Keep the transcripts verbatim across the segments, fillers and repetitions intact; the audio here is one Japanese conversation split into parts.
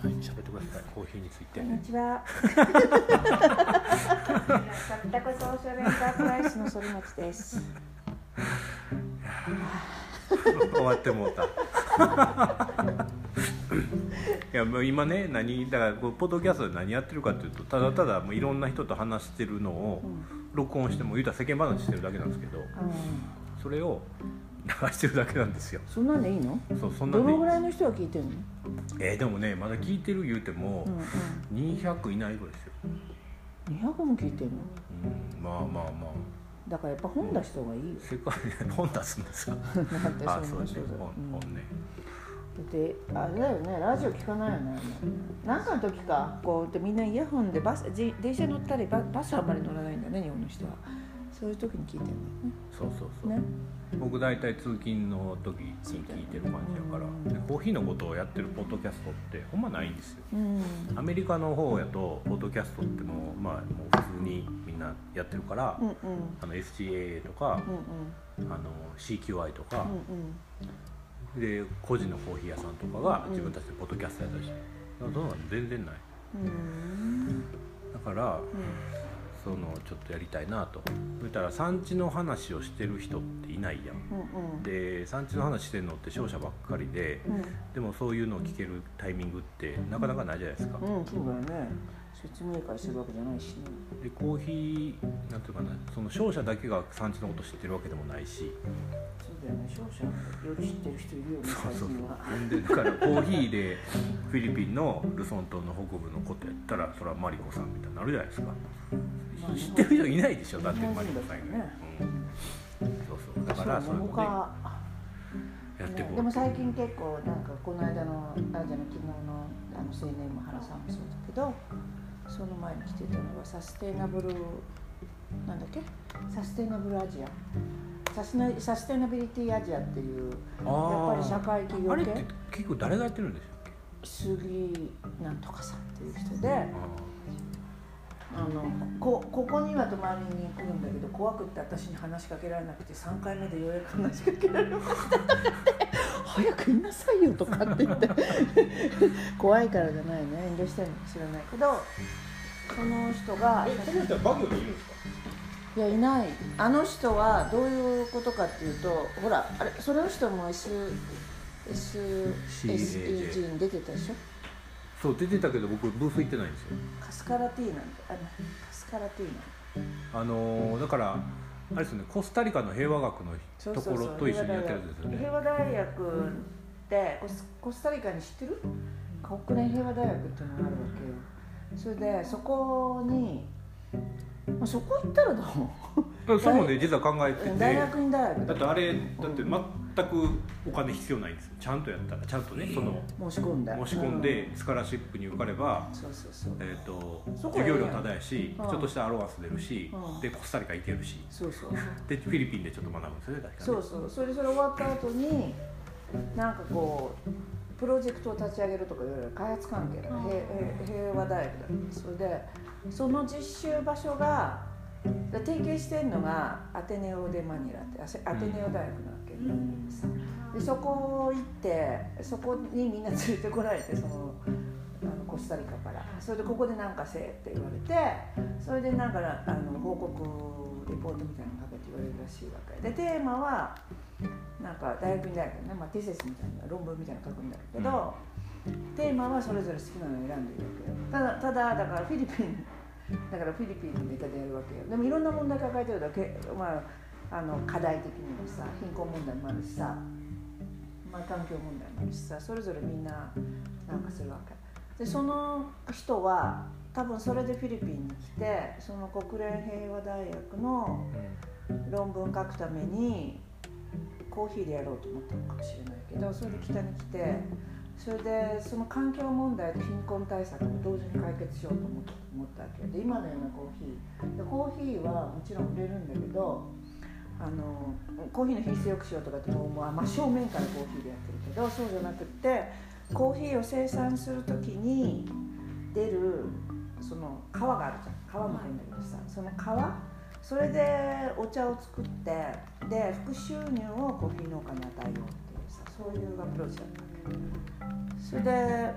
喋ってください。コーヒーについて。 こんにちは。タコソーシャルエンタープライスの反町です。 終わってもうた。いやもう今ね、何だからポッドキャストで何やってるかっていうと、ただただもういろんな人と話してるのを録音しても言うたら世間話してるだけなんですけど、うん、それを流してるだけなんですよ。 そんなんでいいの？ そう、そんなんでいい。 どのぐらいの人が聞いてるの？ えー、でもね、まだ聞いてる言うても、うんうん、にひゃくいないぐらいですよ。 にひゃくも聞いてるの？ うん、まあまあまあ。 だからやっぱ本出した方がいいよ。 世界で本出すんですか？あ、そうですね。本、本ね。 で、あれだよね、ラジオ聞かないよね。なんかの時か、こうやってみんなイヤホンでバス、電車乗ったり バ, バスあんまり乗らないんだね、日本の人は。そういう時に聞いてるんだよね。 そうそうそう。ね、僕大体通勤の時に聞いてる感じだから、うん、でコーヒーのことをやってるポッドキャストってほんまないんですよ。うん、アメリカの方やとポッドキャストってもうまあもう普通にみんなやってるから、うんうん、あの エスジーエーエー とか、うんうん、あの シーキューアイ とか。うんうん、で個人のコーヒー屋さんとかが自分たちでポッドキャストやったりして、うん、そんなの全然ない。うんだから、うん、そのちょっとやりたいなと。言ったら産地の話をしてる人っていないやん、うんうん、で産地の話してるのって商社ばっかりで、うん、でもそういうのを聞けるタイミングってなかなかないじゃないですか。 うん、そうだよね。説明会するわけじゃないしね。 でコーヒーなんていうかな、その商社だけが産地のこと知ってるわけでもないし。 そうだよね、商社より知ってる人いるよね、 そうそうそう。でだからコーヒーでフィリピンのルソン島の北部のことやったら、それはマリコさんみたいになるじゃないですか。まあ、知ってる人いないでしょ、だってマリコさん以外、ね、うん、そうそう。だからそういうのねやってこう、ね、 でも最近結構なんかこの間のあじゃの昨日のあの青年も原さんもそうだけど、その前に来てたのはサステイナブルなんだっけ、サステイナブルアジア、サスナサステナビリティアジアっていう、やっぱり社会企業系、 あれって結構誰がやってるんでしょうっけ？ 杉なんとかさんっていう人で、あの こ, ここには泊まりに来るんだけど、怖くって私に話しかけられなくてさんかいめでようやく話しかけられました早く言いなさいよとかって言って怖いからじゃないね、遠慮してるのか知らないけど、その人がえ、その人はバギオにいるんですか？ いや、いない。あの人はどういうことかっていうと、ほらあれ、その人も エスエスイージー に出てたでしょ。 そう出てたけど僕ブース行ってないんですよ。 カスカラティーなんで、あのカスカラティーなんあのー、だからあれですよね、コスタリカの平和学のところと一緒にやってるんですよね。 平和大学ってコ ス, コスタリカに知ってる？国連平和大学っていうのがあるわけよ。それでそこに、まあ、そこ行ったらどう？ そうもね、実は考えてて、 大学院大学だってあれだって全くお金必要ないんですよ。ちゃんとやったらちゃんとね、その申し込んで申し込んでスカラシップに受かれば、 そうそうそう、 えーと、授業料タダやし、うん、ちょっとしたアロガス出るし、うん、でコスタリカ行けるし、 そうそうでフィリピンでちょっと学ぶんですよね、確かに。 そうそう、それそれ終わった後になんかこうプロジェクトを立ち上げるとかいろいろ開発関係だ、うん、平, 平和大学だ。それでその実習場所が提携してるのがアテネオ・デ・マニラってアテネオ大学なわけ、うん、でそこ行ってそこにみんな連れてこられて、そのあのコスタリカから、それでここで何かせえって言われて、それでなんかあの報告レポートみたいなの書けって言われるらしいわけで、テーマはなんか大学院大学ね、まあ、テセスみたいな論文みたいなの書くんだけど、うん、テーマはそれぞれ好きなのを選んでいるわけよ。ただただだからフィリピンだからフィリピンのネタでやるわけよ。でもいろんな問題抱えてるだけ、まあ、あの課題的にもさ、貧困問題もあるしさ、まあ、環境問題もあるしさ、それぞれみんななんかするわけで、その人は多分それでフィリピンに来て、その国連平和大学の論文書くためにコーヒーでやろうと思ったのかもしれないけど、それで北に来て、それでその環境問題と貧困対策を同時に解決しようと思った思ったわけで、今のようなコーヒーでコーヒーはもちろん売れるんだけど、あのコーヒーの品質良くしようとかってもう、まあ、真正面からコーヒーでやってるけど、そうじゃなくってコーヒーを生産するときに出るその皮があるじゃん、皮も入るんだけどさ、その皮、それでお茶を作って、で副収入をコーヒー農家に与えようっていうさ、そういうアプローチだったわけ。それで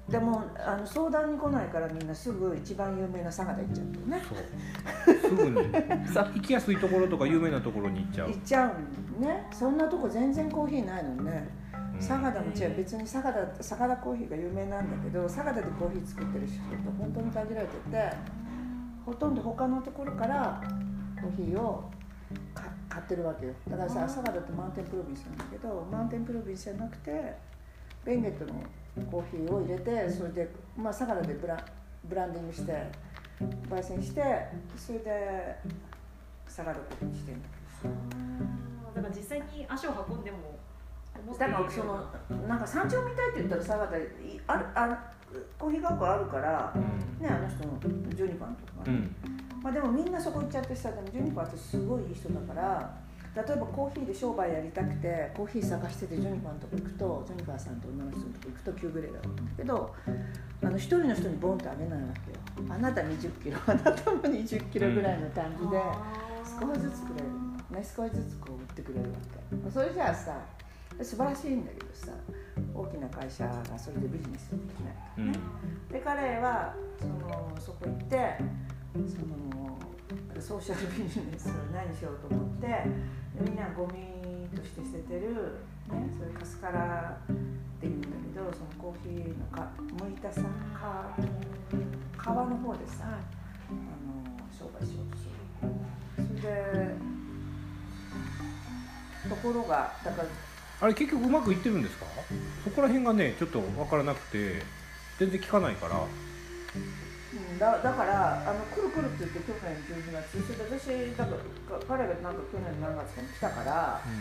でもあの相談に来ないからみんなすぐ一番有名な佐賀で行っちゃうよね。 そうすぐに行きやすいところとか有名なところに行っちゃう行っちゃうね。そんなとこ全然コーヒーないのね。佐賀でも違う、別に佐賀だ佐賀田コーヒーが有名なんだけど、佐賀田でコーヒー作ってる人って本当に限られてて、ほとんど他のところからコーヒーを買ってるわけよ。だからさ、佐賀田ってマウンテンプロビンスなんだけど、マウンテンプロビンスじゃなくてベンゲットのコーヒーを入れて、それで、まあ、佐賀田でブラ、ブランディングして焙煎して、それで佐賀田コーヒーにしてるんだけどさ。 だから実際に足を運んでもだからそのなんか山頂見たいって言ったら佐賀であるあるコーヒー学校あるから、うん、ね、あの人のジュニファンとか、ね、うん、まあ、でもみんなそこ行っちゃってさ、でもジュニファンってすごいいい人だから、例えばコーヒーで商売やりたくてコーヒー探しててジュニファンとか行くと、ジュニファーさんと女の人のとこ行くときゅうグレードだったんだけど、あの一人の人にボンってあげないわけよ。あなたにじゅっキロ、あなたもにじゅっキロぐらいの感じで、少しずつくれるのね、少しずつこう売ってくれるわけ。それじゃあさ、素晴らしいんだけどさ、大きな会社がそれでビジネスできないからね、うん、で彼はそのそこ行ってそのソーシャルビジネスを何しようと思って、みんなゴミとして捨ててる、ね、そういうカスカラっていうんだけど、そのコーヒーのか剥いたさ皮の方でさ、あの商売しようとする。それでところがだからあれ結局うまくいってるんですか？そこら辺がねちょっと分からなくて全然聞かないから、 うん、だ, だからあの来る来るって言って去年じゅうにがつ、それで私だから彼がなんか去年の何月かに来たから、うん、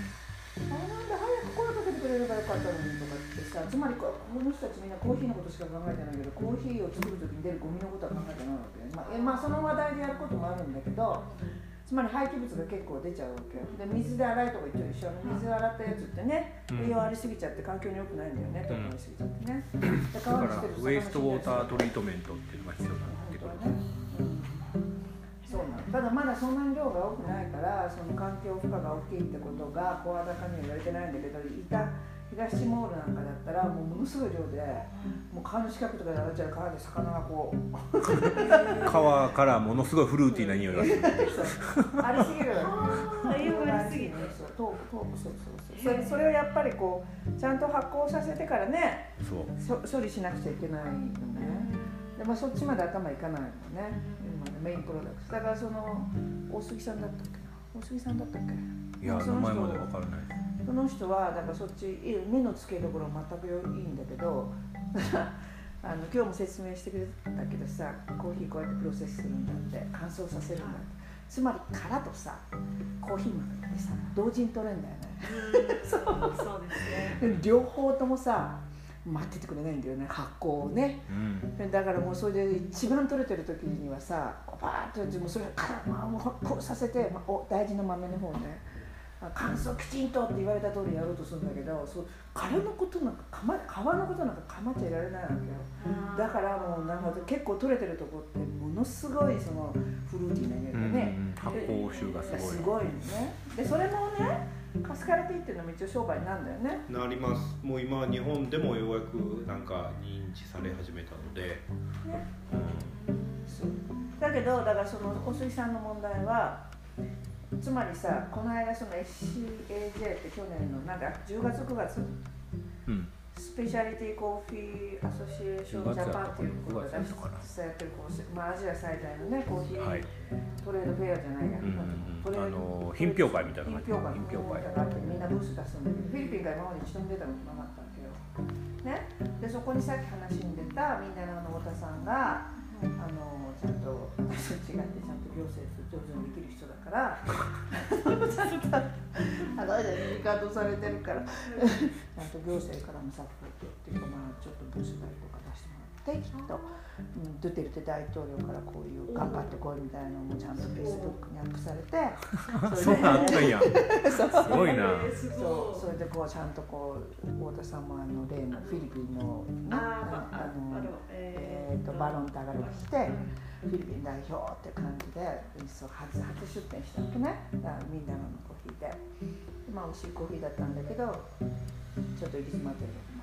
あなんで早く声かけてくれればよかったのにとかってさ、つまりこの人たちみんなコーヒーのことしか考えてないけど、コーヒーを作るときに出るゴミのことは考えてないわけで、まあ、えまあその話題でやることもあるんだけど、つまり廃棄物が結構出ちゃうわけよ。で水で洗いとか言ってるでしょ。水で洗ったやつってね、栄養ありすぎちゃって環境に良くないんだよね、溶かりすぎちゃってね。 だからウェイストウォータートリートメントっていうのが必要なんだけどね、うん、 そうなの。ただまだそんなに量が多くないから、その環境負荷が大きいってことが声高には言われてないんだけど、いた東ティモールなんかだったらもうものすごい量で、もう川の近くとかで洗っちゃう川で魚がこう川からものすごいフルーティーな匂いがするありすぎる栄養がありすぎて、そうそうそうそう、それをやっぱりこうちゃんと発酵させてからね、そう処理しなくちゃいけないよね。で、まあ、そっちまで頭いかないのね、今のメインプロダクトだから。その大杉さんだったっけな、大杉さんだったっけ、 いや名前まで分からない。 その人はだからそっち目の付けどころ全くいいんだけどあの今日も説明してくれたけどさ、コーヒーこうやってプロセスするんだって、乾燥させるんだって、つまり殻とさコーヒー豆ってさ同時に取れるんだよねそうそうですね両方ともさ待っててくれないんだよね、発酵をね、うん、だからもうそれで一番取れてる時にはさバーッともうそれから、まあ、もう発酵させて、まあ、お大事な豆の方ね乾燥きちんとって言われた通りやろうとするんだけど、そう殻のことなんかかま皮のことなんかかまっちゃいられないわけよ。だからもうなんか結構取れてるとこってものすごいそのフルーティーな匂いでね、 うん、発酵臭がすごいすごいね。でそれもねカスカラティーっていうのも一応商売なんだよね。 なります。もう今日本でもようやくなんか認知され始めたので、ね、 うん、そうだけどだからその小杉さんの問題はつまりさ、この間その エスシーエージェー って去年のなんかじゅうがつくがつ、うん、スペシャリティコーヒーアソシエーションジャパンっていうことで出してやってるコース、まあ、アジア最大のねコーヒー、はい、トレードフェアじゃないや、うんうん、あの品評会みたいな品評会品評会があってみんなブース出すんだけど、フィリピンが今まで一度も出たことなかったわけよ、ね、でそこにさっき話に出たみんなの太田さんがあのちゃんと私と違ってちゃんと行政上手にできる人だからちゃんとあのリカードされてるからちゃんと行政からのサポートっていうか、まあちょっとブース代とか出してもらってきっと、うん、ドゥテルテ大統領からこういう頑張ってこいみたいなのもちゃんとフェイスブックにアップされてそうなんだやすごいな。 そうそれでこうちゃんとこう太田さんもあの例のフィリピンの、ね、ああのえー、とバロンタガロ来てフィリピン代表って感じでそう 初, 初出店したわけね。だからみんなのコーヒーで、まあ美味しいコーヒーだったんだけどちょっと入り詰まってるとこもあるって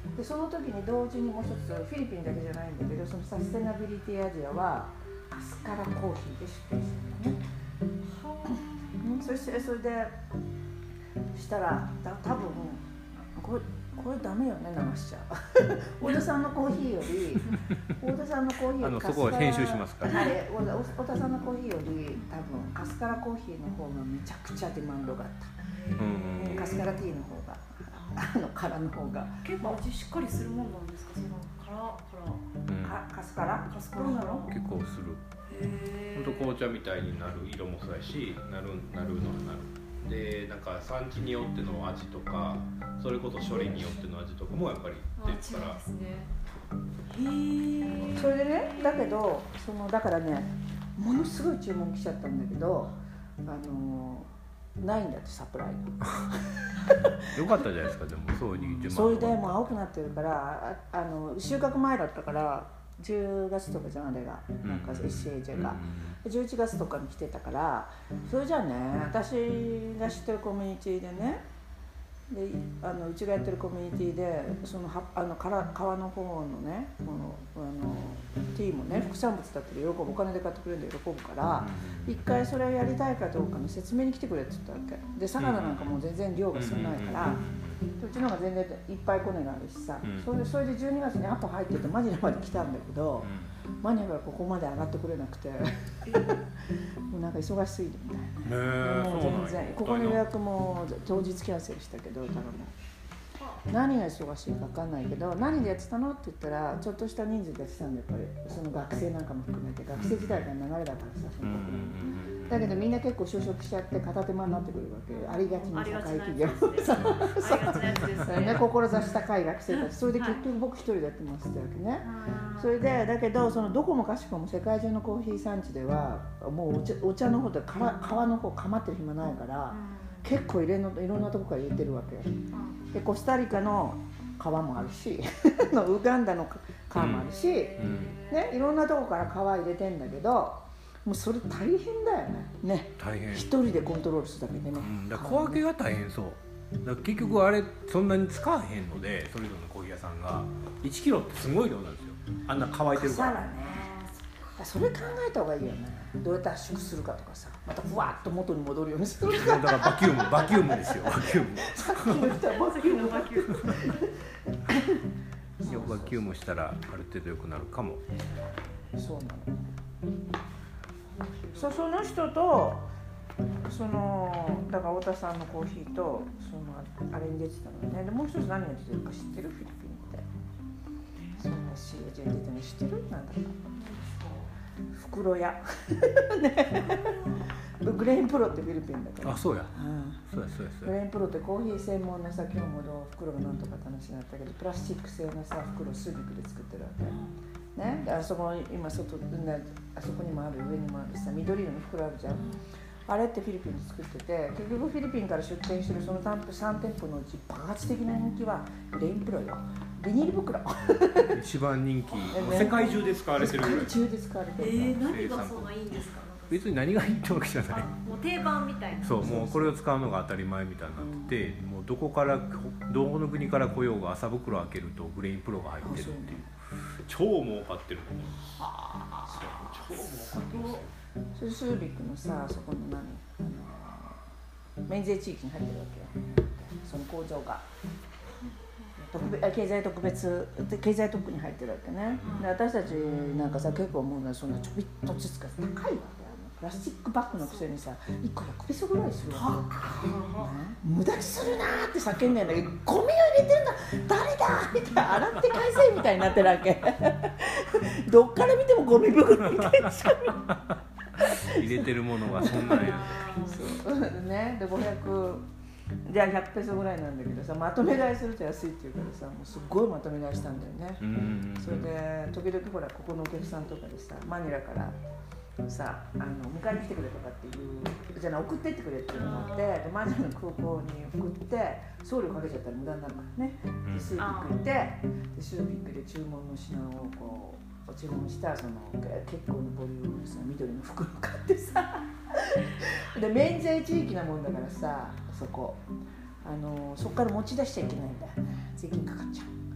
でその時に同時にもう一つフィリピンだけじゃないんだけど、そのサステナビリティアジアはカスカラコーヒーで出店してるのね。うん、そしてそれでしたらた多分これこれダメよね流しちゃう太田さんのコーヒーより太田さんのコーヒーよりカスカラ、 あのそこは編集しますから、ね、 はい、太田さんのコーヒーより多分カスカラコーヒーの方がめちゃくちゃディマンドがあった、うんうん、カスカラティーの方があのカラの方が結構味しっかりするもんなんですか、そのカラカラ、うん、カスカラカスカラなの結構する。ほんと紅茶みたいになる色もそうやし、なるなるのはなるで、なんか産地によっての味とか、それこそ処理によっての味とかもやっぱり出るから。 ですね。 へそれでね、だけどそのだからね、ものすごい注文来ちゃったんだけど、あのないんだってサプライが。 よかったじゃないですか。でもそういうそれでもう青くなってるから、ああの収穫前だったからじゅうがつとかじゃんあれが、なんか エスシーエージェー が、うん、じゅういちがつとかに来てたから、それじゃあね、私が知ってるコミュニティでね、であのうちがやってるコミュニティでそのはあのから川の方のね、このあのティーもね、副産物だったら喜ぶ、お金で買ってくれるんで喜ぶから、うん、一回それをやりたいかどうかの説明に来てくれって言ったわけで、魚なんかもう全然量が少ないから、うちの方が全然いっぱいコネがあるしさ、うん、それでそれでじゅうにがつにアポ入っててマニラまで来たんだけど、うん、マニラがここまで上がってくれなくてもうなんか忙しすぎるみたいな、もう全然ここの予約も当日キャンセルしたけど、ただもう何が忙しいか分かんないけど、何でやってたのって言ったら、ちょっとした人数でやってたんだ、やっぱりその学生なんかも含めて、学生時代から流れだからさ、その国にだけどみんな結構就職しちゃって片手間になってくるわけ、ありがちに社会企業志高い学生たち、それで結局僕一人でやってますってわけね、はい、それでだけどそのどこもかしこも世界中のコーヒー産地ではもうお茶、お茶の方で川の方構ってる暇ないから、うん、結構入れのいろんなとこから入れてるわけよ、うん、でコスタリカの川もあるしウガンダの川もあるし、うんね、いろんなとこから川入れてんだけど、もうそれ大変だよね。ね。 大変。 一人でコントロールするだけでね。 うん、だから小分けが大変そう。だから結局あれそんなに使わへんので、それぞれのコーヒー屋さんがいちキロってすごい量なんですよ。あんな乾いてるから。ね。 それ考えた方がいいよね。どうやって圧縮するかとかさ、またふわっと元に戻るようにする。 だからバキューム、バキュームですよ。バキューム。 さっきの人はバキューム、バキューム。 バキュームしたらある程度良くなるかも。 そうなの。そ, その人とそのだから太田さんのコーヒーとそのあれに出てたのね。でもう一つ何が出てるか知ってる？フィリピンってそんな シーエージェー に出てるの知ってる？なんだか袋屋ね、グレインプロってフィリピンだから。 あ、そうや、うん、そうやそうやそうや。 グレインプロってコーヒー専門のさ、今日も袋がなんとかって話になったけど、プラスチック製のさ袋をスービックで作ってるわけ、ね、であそこ今外ね、あそこにもある上にもあるさ緑色の袋あるじゃん、うん、あれってフィリピンで作ってて、結局フィリピンから出店してるそのさん店舗のうち爆発的な人気はグレインプロよ。ビニール袋一番人気、ね、世界中で使われてるぐらい。 世界中で使われてる。 えー、何がそんないいんですか？ 別に何がいいってわけじゃない。 もう定番みたいな。 そう、もうこれを使うのが当たり前みたいになってて、うん、もうどこからどこの国から来ようが朝袋開けるとグレインプロが入ってるっていう。超儲かってる。ああ、超儲かってるんですよ。 それスービックのさ、そこの何、あの免税地域に入ってるわけよ。その工場が。特別経済特別経済特区に入ってるわけね。で私たちなんかさ結構もうそんなちょびっとずつが高いわけよ。プラスチックバッグのくせにさいっこひゃくペソぐらいするわけ、ね、無駄にするなーって叫んでんだけど、ゴミを入れてるんだ誰だみたいな、洗って返せみたいになってるわけどっから見てもゴミ袋みたいな入れてるものがそんなんやそうね。でごひゃくじゃあひゃくペソぐらいなんだけどさ、まとめ買いすると安いっていうからさ、もうすっごいまとめ買いしたんだよね。それで時々ほらここのお客さんとかでさ、マニラからさあの迎えに来てくれとかっていうじゃない、送ってってくれっていうのがあって、でマニラの空港に送って送料かけちゃったら無駄になるからね。でスービック行って、でスービックで注文の品をこう注文したその結構のボリュームのさ緑の袋買ってさで免税地域なもんだからさ、そこあのそこから持ち出しちゃいけないんだよね。税金かかっちゃう。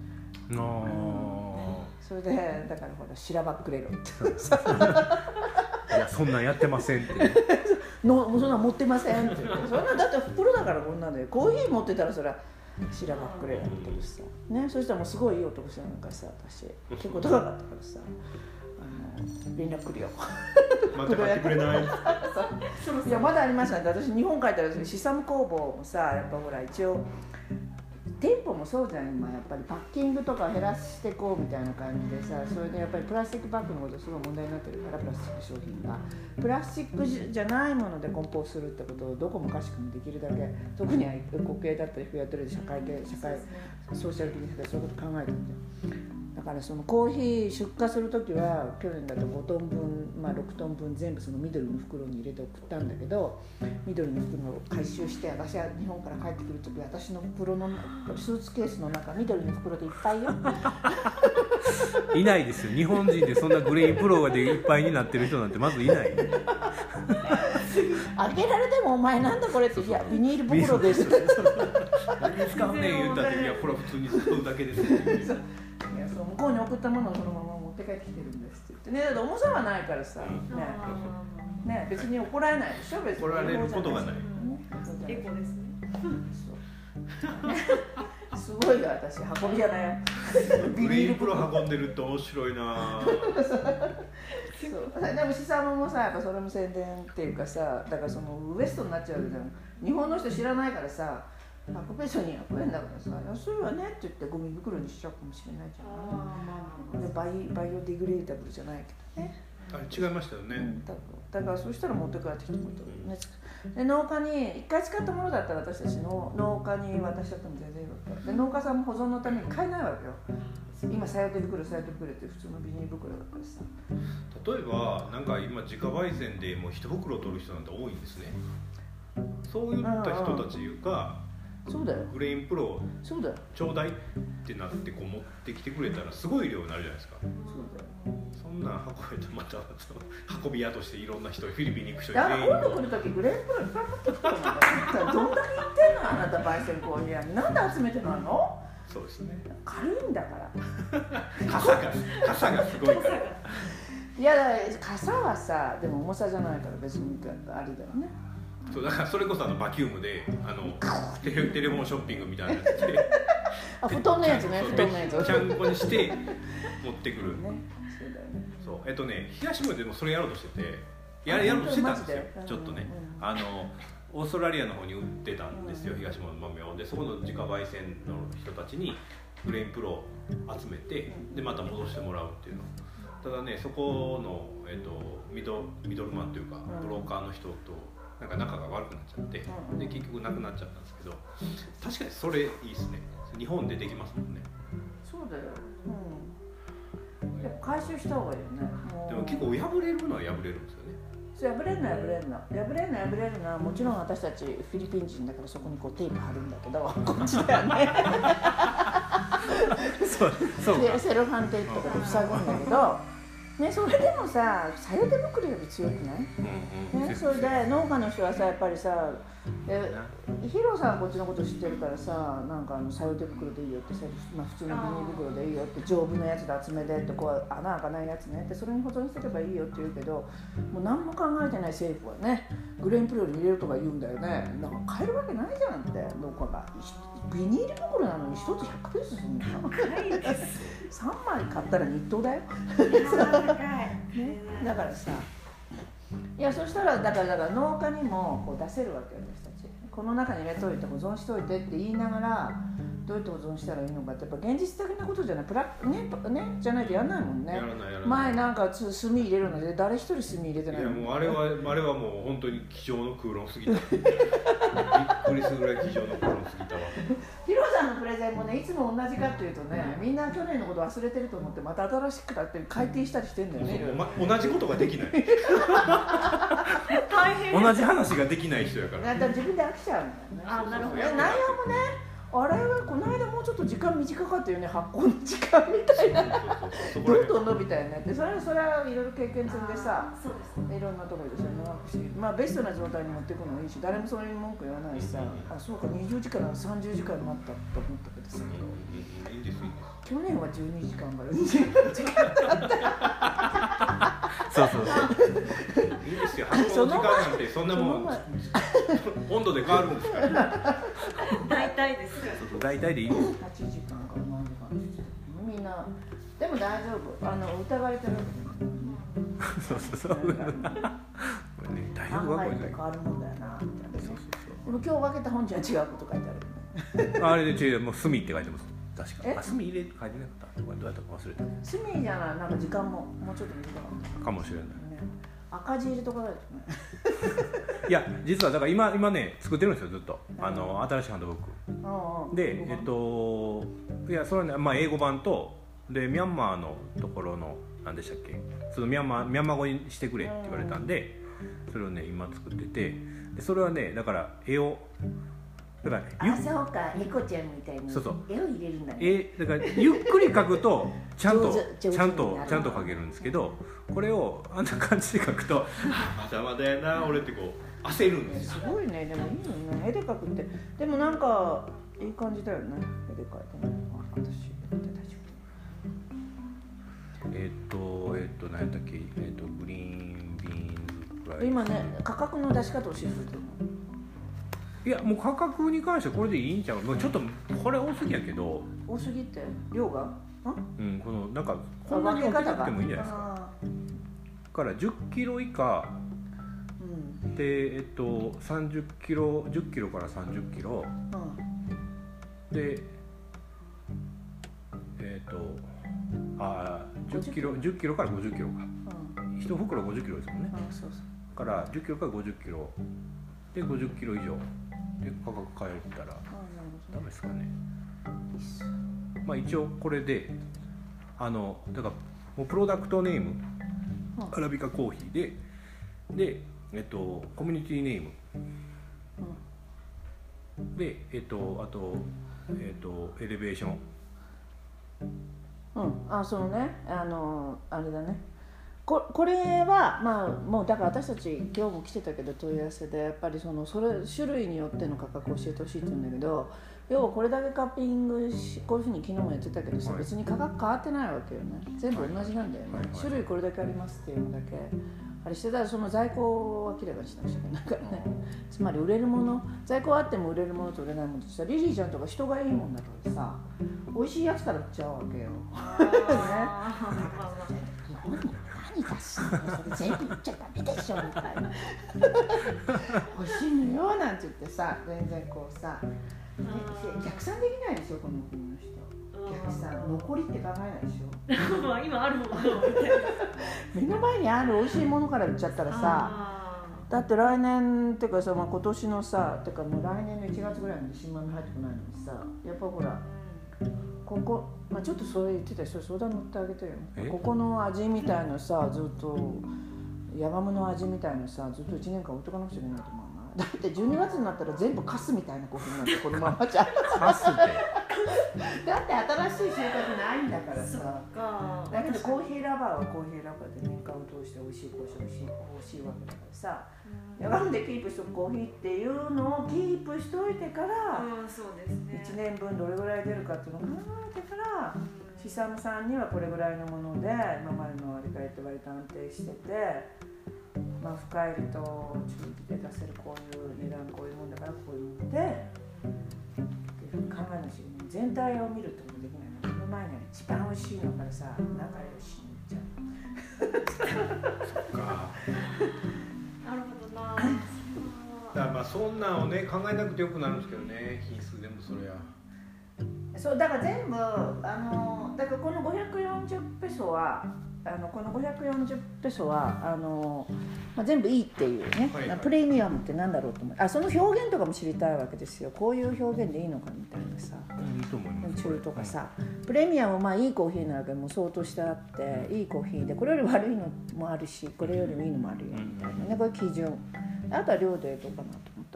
あそれでだからほらしらばっくれろっていやそんなんやってませんってのそんなん持ってませんって言ってそんなだって袋だからこんなんでコーヒー持ってたらそりゃしらばっくれられてるしさ、ね、そしたらもうすごいいい男してなんかさ私結構高かったからさあの連絡来るよまた買ってくれないいやまだありましたね私日本帰ったらシサム工房もさやっぱほら一応店舗もそうじゃん今やっぱりパッキングとか減らしていこうみたいな感じでさそれでやっぱりプラスチックバッグのことすごい問題になってるからプラスチック商品がプラスチックじゃないもので梱包するってことをどこもかしくもできるだけ特に国営だったりやってる社会系社会ソーシャルビジネスでそういうこと考えてるんだよだからそのコーヒー出荷するときは去年だとごトンぶん、まあ、ろくトンぶん全部その緑の袋に入れて送ったんだけど緑の袋を回収して私は日本から帰ってくるとき私の袋のスーツケースの中緑の袋でいっぱいよいないですよ日本人でそんなグレインプロでいっぱいになってる人なんてまずいないあげられてもお前なんだこれっていやビニール袋です何に使うねん言ったっていやこれは普通に使うだけですよいやそう向こうに送ったものをそのまま持って帰ってきてるんですって言ってねだって重さはないからさ、ねね、別に怒られないでしょ別に怒られることがない、 エコですねそうすごいよ私運び屋だよグレインプロ運んでると面白いなそうでもシサムもさやっぱそれも宣伝っていうかさだからそのウエストになっちゃうじゃん日本の人知らないからさひゃくペソにひゃくえんだからさ安いわねって言ってゴミ袋にしちゃうかもしれないじゃんでバイ、バイオディグレーダブルじゃないけどねあれ違いましたよね、うん、 だからだからそしたら持って帰ってきてもいいと思うねで農家にいっかい使ったものだったら私たちの農家に渡しちゃっても全然いいわけで農家さんも保存のために買えないわけよ今サヨテ袋サヨテ袋って普通のビニール袋だからさ例えばなんか今自家焙煎でもう一袋取る人なんて多いんですねそういった人たちがそうだよグレインプロそうだよちょうだいってなってこう持ってきてくれたらすごい量になるじゃないですかそうだよそんなん運べてまた運び屋としていろんな人フィリピンに行く人だから今度来るときグレープロいっぱい持ってきたもんだよどんだけ行ってんのあなた焙煎コーヒー屋になんで集めてないのそうですね軽いんだから傘が傘がすごいからいやだ傘はさでも重さじゃないから別にあれだよねそうだからそれこそあのバキュームであのテレ、テレフォンショッピングみたいなやつであ布団のやつね布団のやつちゃんこにして持ってくる、 ね、そうだよねそうえっとね東村でもそれやろうとしててや, やろうとしてたんですよちょっとね、うん、あのオーストラリアの方に売ってたんですよ、うん、東村の豆をでそこの自家焙煎の人たちにグレインプロを集めてでまた戻してもらうっていうのただねそこの、えっと、ミド、ミドルマンというかブローカーの人となんか仲が悪くなっちゃってで結局なくなっちゃったんですけど確かにそれいいですね日本でできますもんねそうだよ、うん、やっぱ回収した方がいいよねでも結構破れるのは破れるんですよねそう破れるのは破れるの破れるのは破れるのはもちろん私たちフィリピン人だからそこにこうテープ貼るんだけどこっちだよねそうそうかセロハンテープとかで塞ぐんだけどね、それでもさ、さよ手袋より強くない、うんうんね、それで農家の人はさ、やっぱりさえヒロさんはこっちのこと知ってるからさなんかあのさよ手袋でいいよってさ、まあ、普通のビニール袋でいいよって丈夫なやつで厚めでってこう穴開かないやつねでそれに保存してればいいよって言うけどもう何も考えてない政府はねグレーンプロに入れるとか言うんだよねなんか買えるわけないじゃんって農家がビニール袋なのにひとつひゃくペースするんだよさんまい買ったら日当だよね、だからさいやそしたらだからだから農家にもこう出せるわけよ私たちこの中に入れといて保存しといてって言いながらどうやって保存したらいいのかってやっぱ現実的なことじゃないプラねねじゃないとやらないもんねやらないやらない前なんか炭入れるので誰一人炭入れてないいやもうあれはあれはもう本当に机上の空論すぎたびっくりするぐらい机上の空論すぎたわヒロさんのプレゼンもねいつも同じかっていうとねみんな去年のこと忘れてると思ってまた新しくだって改訂したりしてんだよね、 ま、同じことができない大変同じ話ができない人やからだから自分で飽きちゃうんだよねあなるほど内容もねあれはこの間もうちょっと時間短かったよね、発酵の時間みたいなどんどん伸びたよねって。それはそれはいろいろ経験積んでさ、 そうですね、 いろんなところでそれ長くし、まあベストな状態に持っていくのもいいし、誰もそれに文句言わないしさ、あ、そうかにじゅうじかんさんじゅうじかんになったと思ったけどさ、 いいですいいです。 去年はじゅうにじかんからにじゅうじかんだったそうそうそういいですよ、発酵の時間なんてそんなもん温度で変わるんですから大体です。 大体でいいです。 はちじかんから何時間ですみんな。でも大丈夫、あの疑われてるわけそうそうそうこれね、大丈夫はこれね、 変わるもんだよなみたいな。 そうそうでも今日分けた本には違うこと書いてあるよねあれで違う、もう炭って書いてます。確かえあ、炭入れ書いてなかった。これどうやったか忘れた。 炭じゃない、なんか時間ももうちょっと短かったかもしれない。 ね、赤字入れとかないとねいや、実はだから今今ね作ってるんですよずっと。あの新しいハンドブック。 うんうん、 で、えっといやそれはね、まあ英語版とでミャンマーのところの何でしたっけ、そのミャンマーミャンマー語にしてくれって言われたんで、それをね今作ってて、でそれはねだから絵をだからゆあ、そうか、猫ちゃんみたいにそうそう絵を入れるんだね。 えだからゆっくり描くとちゃんと上手上手ちゃんとになるちゃんと描けるんですけど、これをあんな感じで描くとまだまだやな俺ってこう焦るんですよ。 すごいね、でもいいよね、絵で描くって。でもなんかいい感じだよね、絵で描いてね。あ、私やって大丈えっとえっと何やったっけ、えっとグリーンビーンズフラ夫。 イ。 今ね、価格の出し方を教えてると思う。 いやもう価格に関してはこれでいいんちゃう。もうちょっとこれ多すぎやけど、 多すぎって量が？ うん、このなんかこんなに大きくてもいいんじゃないですか。だからじゅっキロ以下うん、 で、えっとさんじゅっキロ、じゅっキロからさんじゅっキロうん、 で、えっとあじゅっキロ、じゅっキロからごじゅっキロか。 うん、 一袋ごじゅっキロですもんね。 あ、そうそう。 からじゅっキロからごじゅっキロでごじゅっキロ以上で価格変えたらあ、なるほどね。 ダメですかね。 いいっす。 まあ一応これであのだからもうプロダクトネームうんアラビカコーヒーででえっとコミュニティネームうんでえっとあとえっとエレベーション。 うん、あ、そのね、あのあれだね。こ, これはまあもうだから私たち今日も来てたけど問い合わせでやっぱりそのそれ種類によっての価格を教えてほしいって言うんだけど、要はこれだけカッピングしこういうふうに昨日も言ってたけどさ、 はい、 別に価格変わってないわけよね。全部同じなんだよね、 はいはい、 種類これだけありますっていうのだけあれしてたら、その在庫は明らかにしなくちゃいけないからね。つまり売れるもの、在庫あっても売れるものと売れないものってさ、リリーちゃんとか人がいいもんだからさ、美味しいやつから売っちゃうわけよね。何出すのそれ全部言っちゃダメでしょみたいな欲しいのよなんて言ってさ、全然こうさ、逆算できないでしょこの国の人。逆算、残りって考えないでしょまあ今あるものみたいな目の前にある美味しいものから売っちゃったらさ、だって来年っていうかさ、まあ、今年のさってかもう来年のいちがつぐらいまで新米入ってこないのにさ、やっぱほらここ、まあ、ちょっとそれ言ってた人相談乗ってあげてよ。ここの味みたいのさ、ずっとヤガムの味みたいのさ、ずっといちねんかん置いとかなくちゃいけないと思うな。だってじゅうにがつになったら全部カスみたいなコーヒーになってこのままじゃカスってだって新しい収穫ないんだからさ。 かだけどコーヒーラバーはコーヒーラバーで年間を通して美味しいコーヒー美味しい欲しいわけだからさ、ヤガムでキープしとくコーヒーっていうのをキープしといてから、 うん、そうですね、 いちねんぶんどれぐらい出るかっていうのを考えてから、シサムさんにはこれぐらいのもので今までの割り替えって割と安定してて、まあ、深入りと中期で出せるこういう値段、こういうもんだからこういうものでっていうふうに考えなしに全体を見るってことできないの。その前には一番美味しいのからさ、仲良しにいっちゃう。 そっかなるほどな。 だからまあそんなんをね考えなくてよくなるんですけどね、品質全部それや。 そうだから全部あのだからこのごひゃくよんじゅうペソはあのこのごひゃくよんじゅうペソはあの、まあ、全部いいっていうね、 はいはい、 プレミアムってなんだろうと思う。あ、その表現とかも知りたいわけですよ。こういう表現でいいのかみたいなさ、 いいと思います。 中とかさ、プレミアムまあいいコーヒーなわけも相当してあっていいコーヒーで、これより悪いのもあるしこれよりもいいのもあるよみたいなね、これ基準。あとは量でどうかなと思った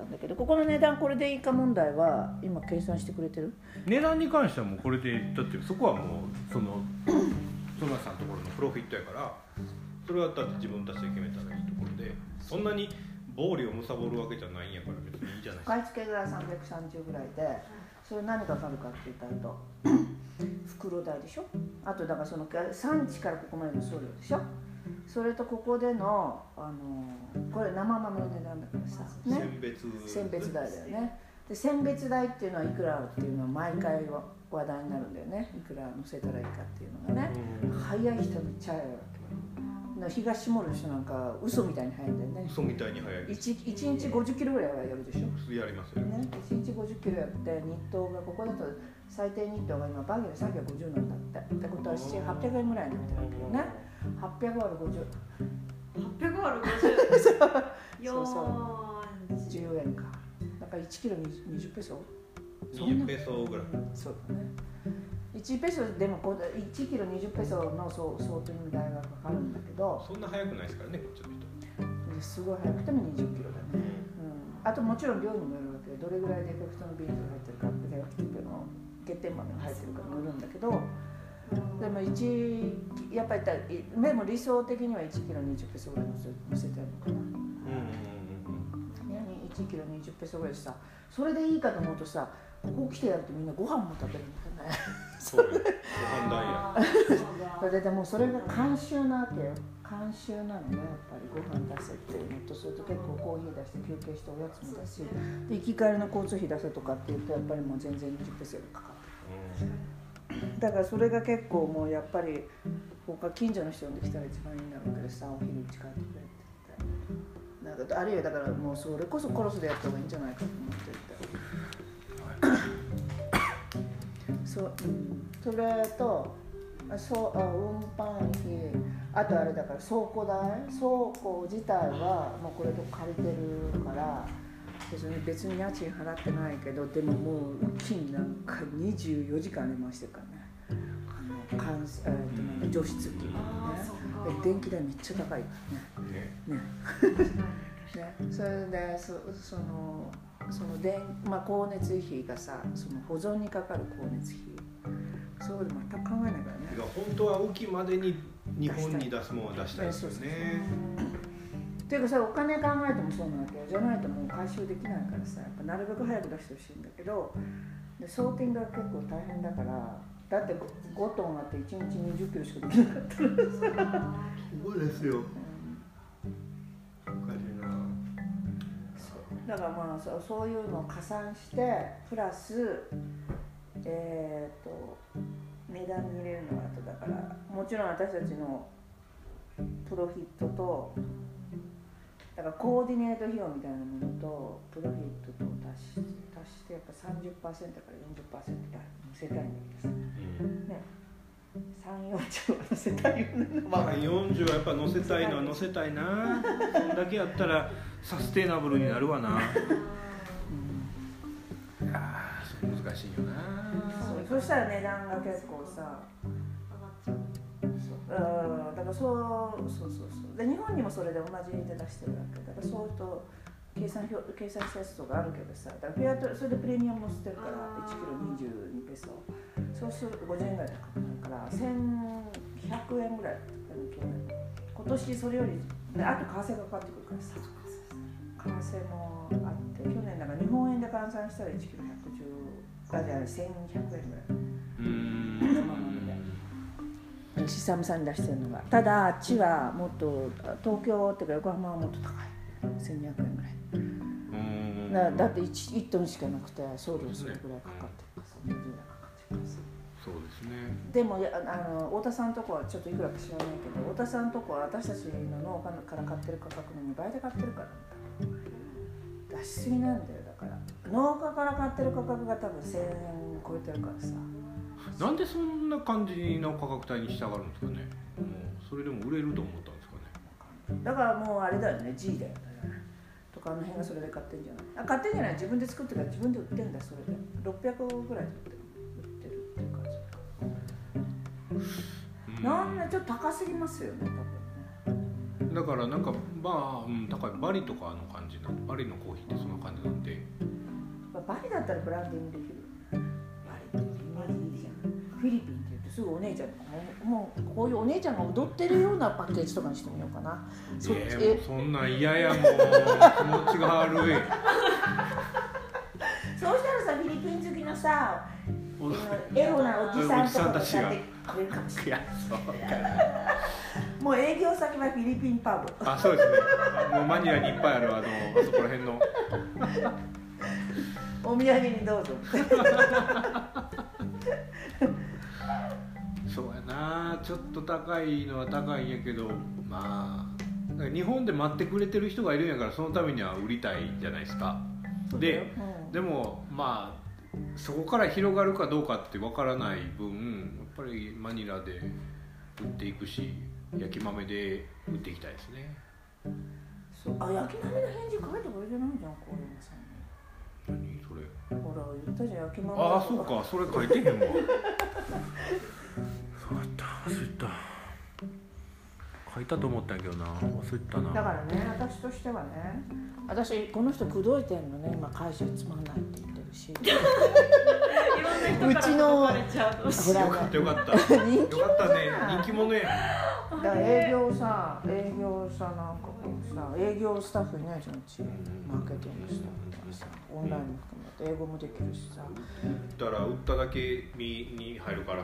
ったんだけど、ここの値段これでいいか問題は今計算してくれてる？ 値段に関してはもうこれでだってそこはもうその園田さんのところのプロフィットやから、それはだって自分たちで決めたらいいところで、そんなに暴利を貪るわけじゃないんやから別にいいじゃないですか。 買い付けがさんびゃくさんじゅうぐらいで、それ何かかるかって言ったらと袋代でしょ、あとだからその産地からここまでの送料でしょ、それとここでの、あのこれ生豆の値段だからさ、ね、 選別選別代だよね。で選別代っていうのはいくらっていうのは毎回話題になるんだよね。いくら乗せたらいいかっていうのがね、早い人めっちゃ早いわけよ。東下る人なんか嘘みたいに早いんだよね。 嘘みたいに早い。 1, いちにちごじゅっキロぐらいはやるでしょ。 やりますよね。 いちにちごじゅっキロやって日当がここだと最低日当が今バーゲンでさんびゃくごじゅうなんだって。ってことはななひゃくはっぴゃくえんぐらいになってるわけよね。はっぴゃく割るごじゅう。 はっぴゃく割るごじゅう。 そうそうじゅうえんか。だからいちキロにじゅうペソ。 にじゅうペソぐらい。 そうだね。いちペソでもいちキロにじゅうペソのソートニング代がかかるんだけど、 そんな早くないですからね、こっちの人。 すごい早くてもにじゅっキロだね、うん、あともちろん量にもよるわけで、どれぐらいデフェクトのビーンズが入ってるか、デフェクティブの欠点豆が入ってるかによるんだけど、でもいちやっぱりでも理想的にはいちキロにじゅうペソぐらい乗せ乗せてるのかな、うんうんうん、いちキロにじゅうペソぐらいさ、それでいいかと思うとさ、ここ来てやるとみんなご飯も食べるんだよね。 そうよ、ご飯代や。 それででもそれが慣習なわけよ。慣習なのね、やっぱりご飯出せっていうのと、それと結構コーヒー出して休憩しておやつもだし、で行き帰りの交通費出せとかって言うとやっぱりもう全然にじゅっペソがかかってる、うん、だからそれが結構もうやっぱり他近所の人呼んできたら一番いいんだろうけどさ、お昼うち帰ってくれって言って、なんかあるいはだからもうそれこそコロスでやった方がいいんじゃないかと思って言って、そう、うん、それとそう、あ、運搬費、あとあれだから倉庫代、倉庫自体はもうこれと借りてるから別に別に家賃払ってないけど、でももう金なんかにじゅうよじかんで回してるからね、あの乾、えーとね、除湿機ね、電気代めっちゃ高いからね。ねねね、それでそそのその電、まあ、光熱費がさ、その保存にかかる光熱費、そういうの全く考えないからね。 本当は雨季までに日本に出すものは出したいですよね。 っていうかさ、お金考えてもそうなわけよ。じゃないともう回収できないからさ、やっぱなるべく早く出してほしいんだけど、でソーティングが結構大変だから、だってごトンあっていちにちにじゅっキロしかできなかったらさ。 そうですよ。おかしいな。 だからまあそ う, そういうのを加算してプラスえー、と値段に入れるのがあとだから、もちろん私たちのプロフィットとだからコーディネート費用みたいなものとプロフィットと足し、足してやっぱ さんじゅっパーセント から よんじゅっパーセント 乗せたいんだけどさ、うん、ね、さんじゅう、よんじゅうは乗せたいよね。 まあよんじゅうはやっぱ乗せたいのは乗せたいな。そんだけやったらサステイナブルになるわな。うん、ああ、それ難しいよな。 そ, そしたら値段が結構さ、そう、だからそうそうそうそうで、日本にもそれで同じで出してるわけだから、そういうと計算表計算したやつとかあるけどさ、だからフェアとそれでプレミアム乗せてるからいちキロにじゅうにペソ、そうするとごじゅうえんぐらいでかかるからせんひゃくえんぐらいだった去年。今年それよりで、あと為替がかかってくるからさ、為替もあって、去年だから日本円で換算したらいちキロひゃくじゅう、あ、じゃあせんひゃくえんぐらい。うーん、まあまあで資産さんに出してるのが、ただあっちはもっと東京っていうか横浜はもっと高い、せんにひゃくえんぐらい。うーん、だ, だって 1, いちトンしかなくて送料それぐらいかかってるからさ、にじゅうえんかかってるからさ。 そうですね。 でもあの太田さんのとこはちょっといくらか知らないけど、太田さんのとこは私たちの農家から買ってる価格のにばいで買ってるから、出しすぎなんだよ。だから農家から買ってる価格が多分せんえん超えてるからさ。 なんでそんな感じの価格帯に従うんですかね。もうそれでも売れると思ったんですかね。 だからもうあれだよね、 G だよねとか、あの辺がそれで買ってんじゃない、あ、買ってんじゃない、自分で作ってから自分で売ってんだ。それでろっぴゃくぐらいで売ってる売ってるっていう感じか。なんでちょっと高すぎますよね、多分ね。 だからなんかまあ、うん、高いバリとかの感じなバリのコーヒーってそんな感じなんで、 バリだったらブランディングできる。バリってイメージいいじゃん。フィリピンって言うとすぐお姉ちゃんとかもうこういうお姉ちゃんが踊ってるようなパッケージとかにしてみようかな。 そっち、えー、もうそんなん嫌やもう気持ちが悪い。 そうしたらさフィリピン好きのさエロなおじさんとかが買ってくれるかもしれない。もう営業先はフィリピンパブ。 あ、そうですね。もうマニラにいっぱいあるあのあそこら辺のお土産にどうぞ。 そうやな、ちょっと高いのは高いんやけど、まあ日本で待ってくれてる人がいるんやからそのためには売りたいじゃないですか。で、うん、でもまあそこから広がるかどうかってわからない分、やっぱりマニラで売っていくし、焼き豆で売っていきたいですね。 そうあ、焼き豆の返事書いてくれてないじゃん、これさんに。 何それ？ ほら言ったじゃん、焼き豆。 ああ、そうか、それ書いてへんわ。そうだった、忘れた。書いたと思ったんやけどな、忘れたな。 だからね、私としてはね、私この人口説いてんのね、今会社つまんないって言ってるし。 いろんな人から呼ばれちゃう。 よかったよかった。よかったね、人気者や。 だから営業さ、営業さなんかこうさ、営業スタッフいないじゃん、うち。マーケティングスタッフとかさ、オンラインも含めて英語もできるしさ。 売ったら売っただけ身に入るから。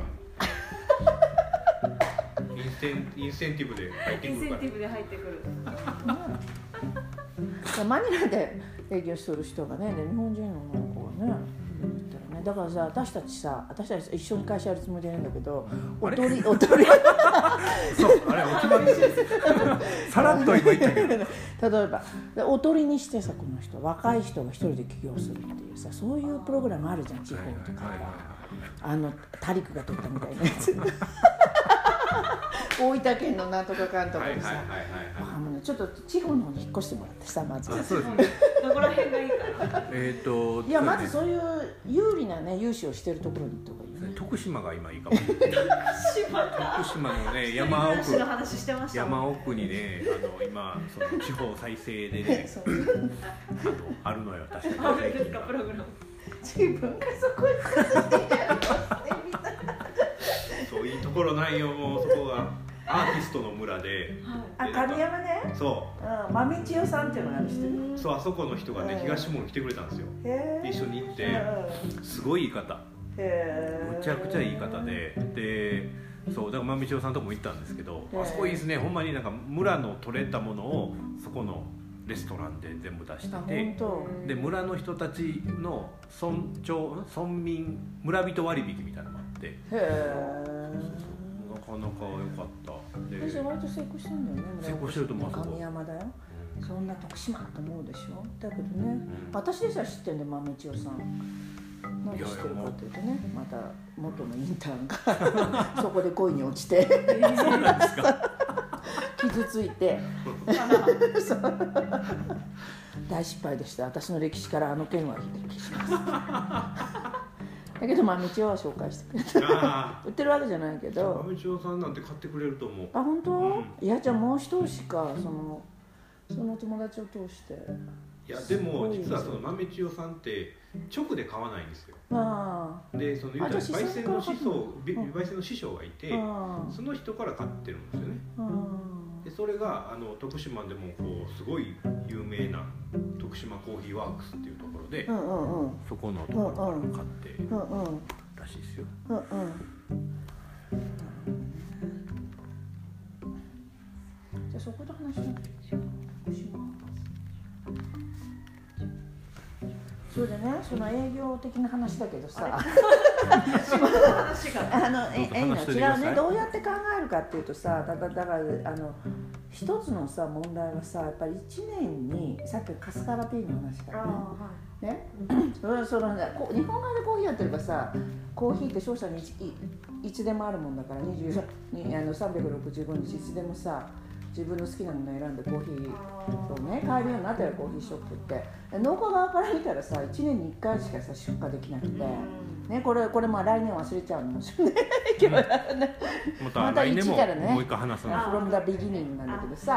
インセン、インセンティブで入ってくるから。インセンティブで入ってくる。 マニラで営業する人がね、日本人の子がね、ね、だからさ、私たちさ、私たち一緒に会社やるつもりじゃないんだけど、おとり、おとり。 そう、あれ、お決まりです。さらっと今言ったけど。例えば、おとりにしてさ、この人、若い人が一人で起業するっていうさ、そういうプログラムあるじゃん、地方とか。あの、タリクが取ったみたいなやつ。大分県のなんとかかんとかでさ、ちょっと地方の方に引っ越してもらってさ、まず。 そうですね。 どこら辺がいいかな。 えっと、 いや、まずそういう有利なね、融資をしてるところに行った方がいいね。 徳島が今いいかもしれない。徳島のね、山奥、山奥にね、あの今その地方再生でね、あのあるのよ、確かに。 あるんですか、プログラム。 自分がそこに作ってやるのってみたいな。 そういいところないよ、もうそこが。アーティストの村で、 あ、神山ね。 そう。 うん、まみちよさんっていうのがある人。 そう、あそこの人がね、東門に来てくれたんですよ。一緒に行って、すごい言い方。むちゃくちゃいい方で、で、そうだからまみちよさんとも行ったんですけど、あそこいいですね。ほんまになんか村の取れたものをそこのレストランで全部出してて、で村の人たちの村長、村民、村人割引みたいなのがあって。へえ。なかなか良かった。 私割と成功してるんだよね。 成功してると思う。 神山だよ。うん、そんな徳島と思うでしょ。だけどね、うん、私でさえ知ってんで、まみちよさん。何知ってるかというとね、また元のインターンがそこで恋に落ちて傷ついて大失敗でした。私の歴史からあの件は消します。だけどまあ道は紹介してくれた。売ってるわけじゃないけど。 まみちよさんなんて買ってくれると思う。 あ、本当？うん、いや、じゃあもう一押しか、そのその友達を通して。 いやでも実はそのまみちよさんって直で買わないんですよ。あで、その言うたら焙煎の師匠、焙煎の師匠がいて、その人から買ってるんですよね。でそれがあの徳島でもこうすごい有名な徳島コーヒーワークスっていうところで、うんうんうん、そこのところから買ってらしいですよ。うんうん、 じゃあそこで話しなくていいですよ。徳島。それでね、その営業的な話だけどさ、あのええの違うね。どうやって考えるかっていうとさ、だだだからあの一つのさ問題はさ、やっぱり一年にさっきカスカラティーの話からね、ね、それそのね、日本側でコーヒーやってればさ、コーヒーって商社に い, いつでもあるもんだからにじゅうにあのさんびゃくろくじゅうごにちいつでもさ。自分の好きなものを選んでコーヒーをね買えるようになったらコーヒーショップって農家側から見たらさいちねんにいっかいしかさ出荷できなくて、ね、これこれまあ来年忘れちゃうのもしれないけどね、 また来年ももう一回話すの from the beginning なんだけどさ、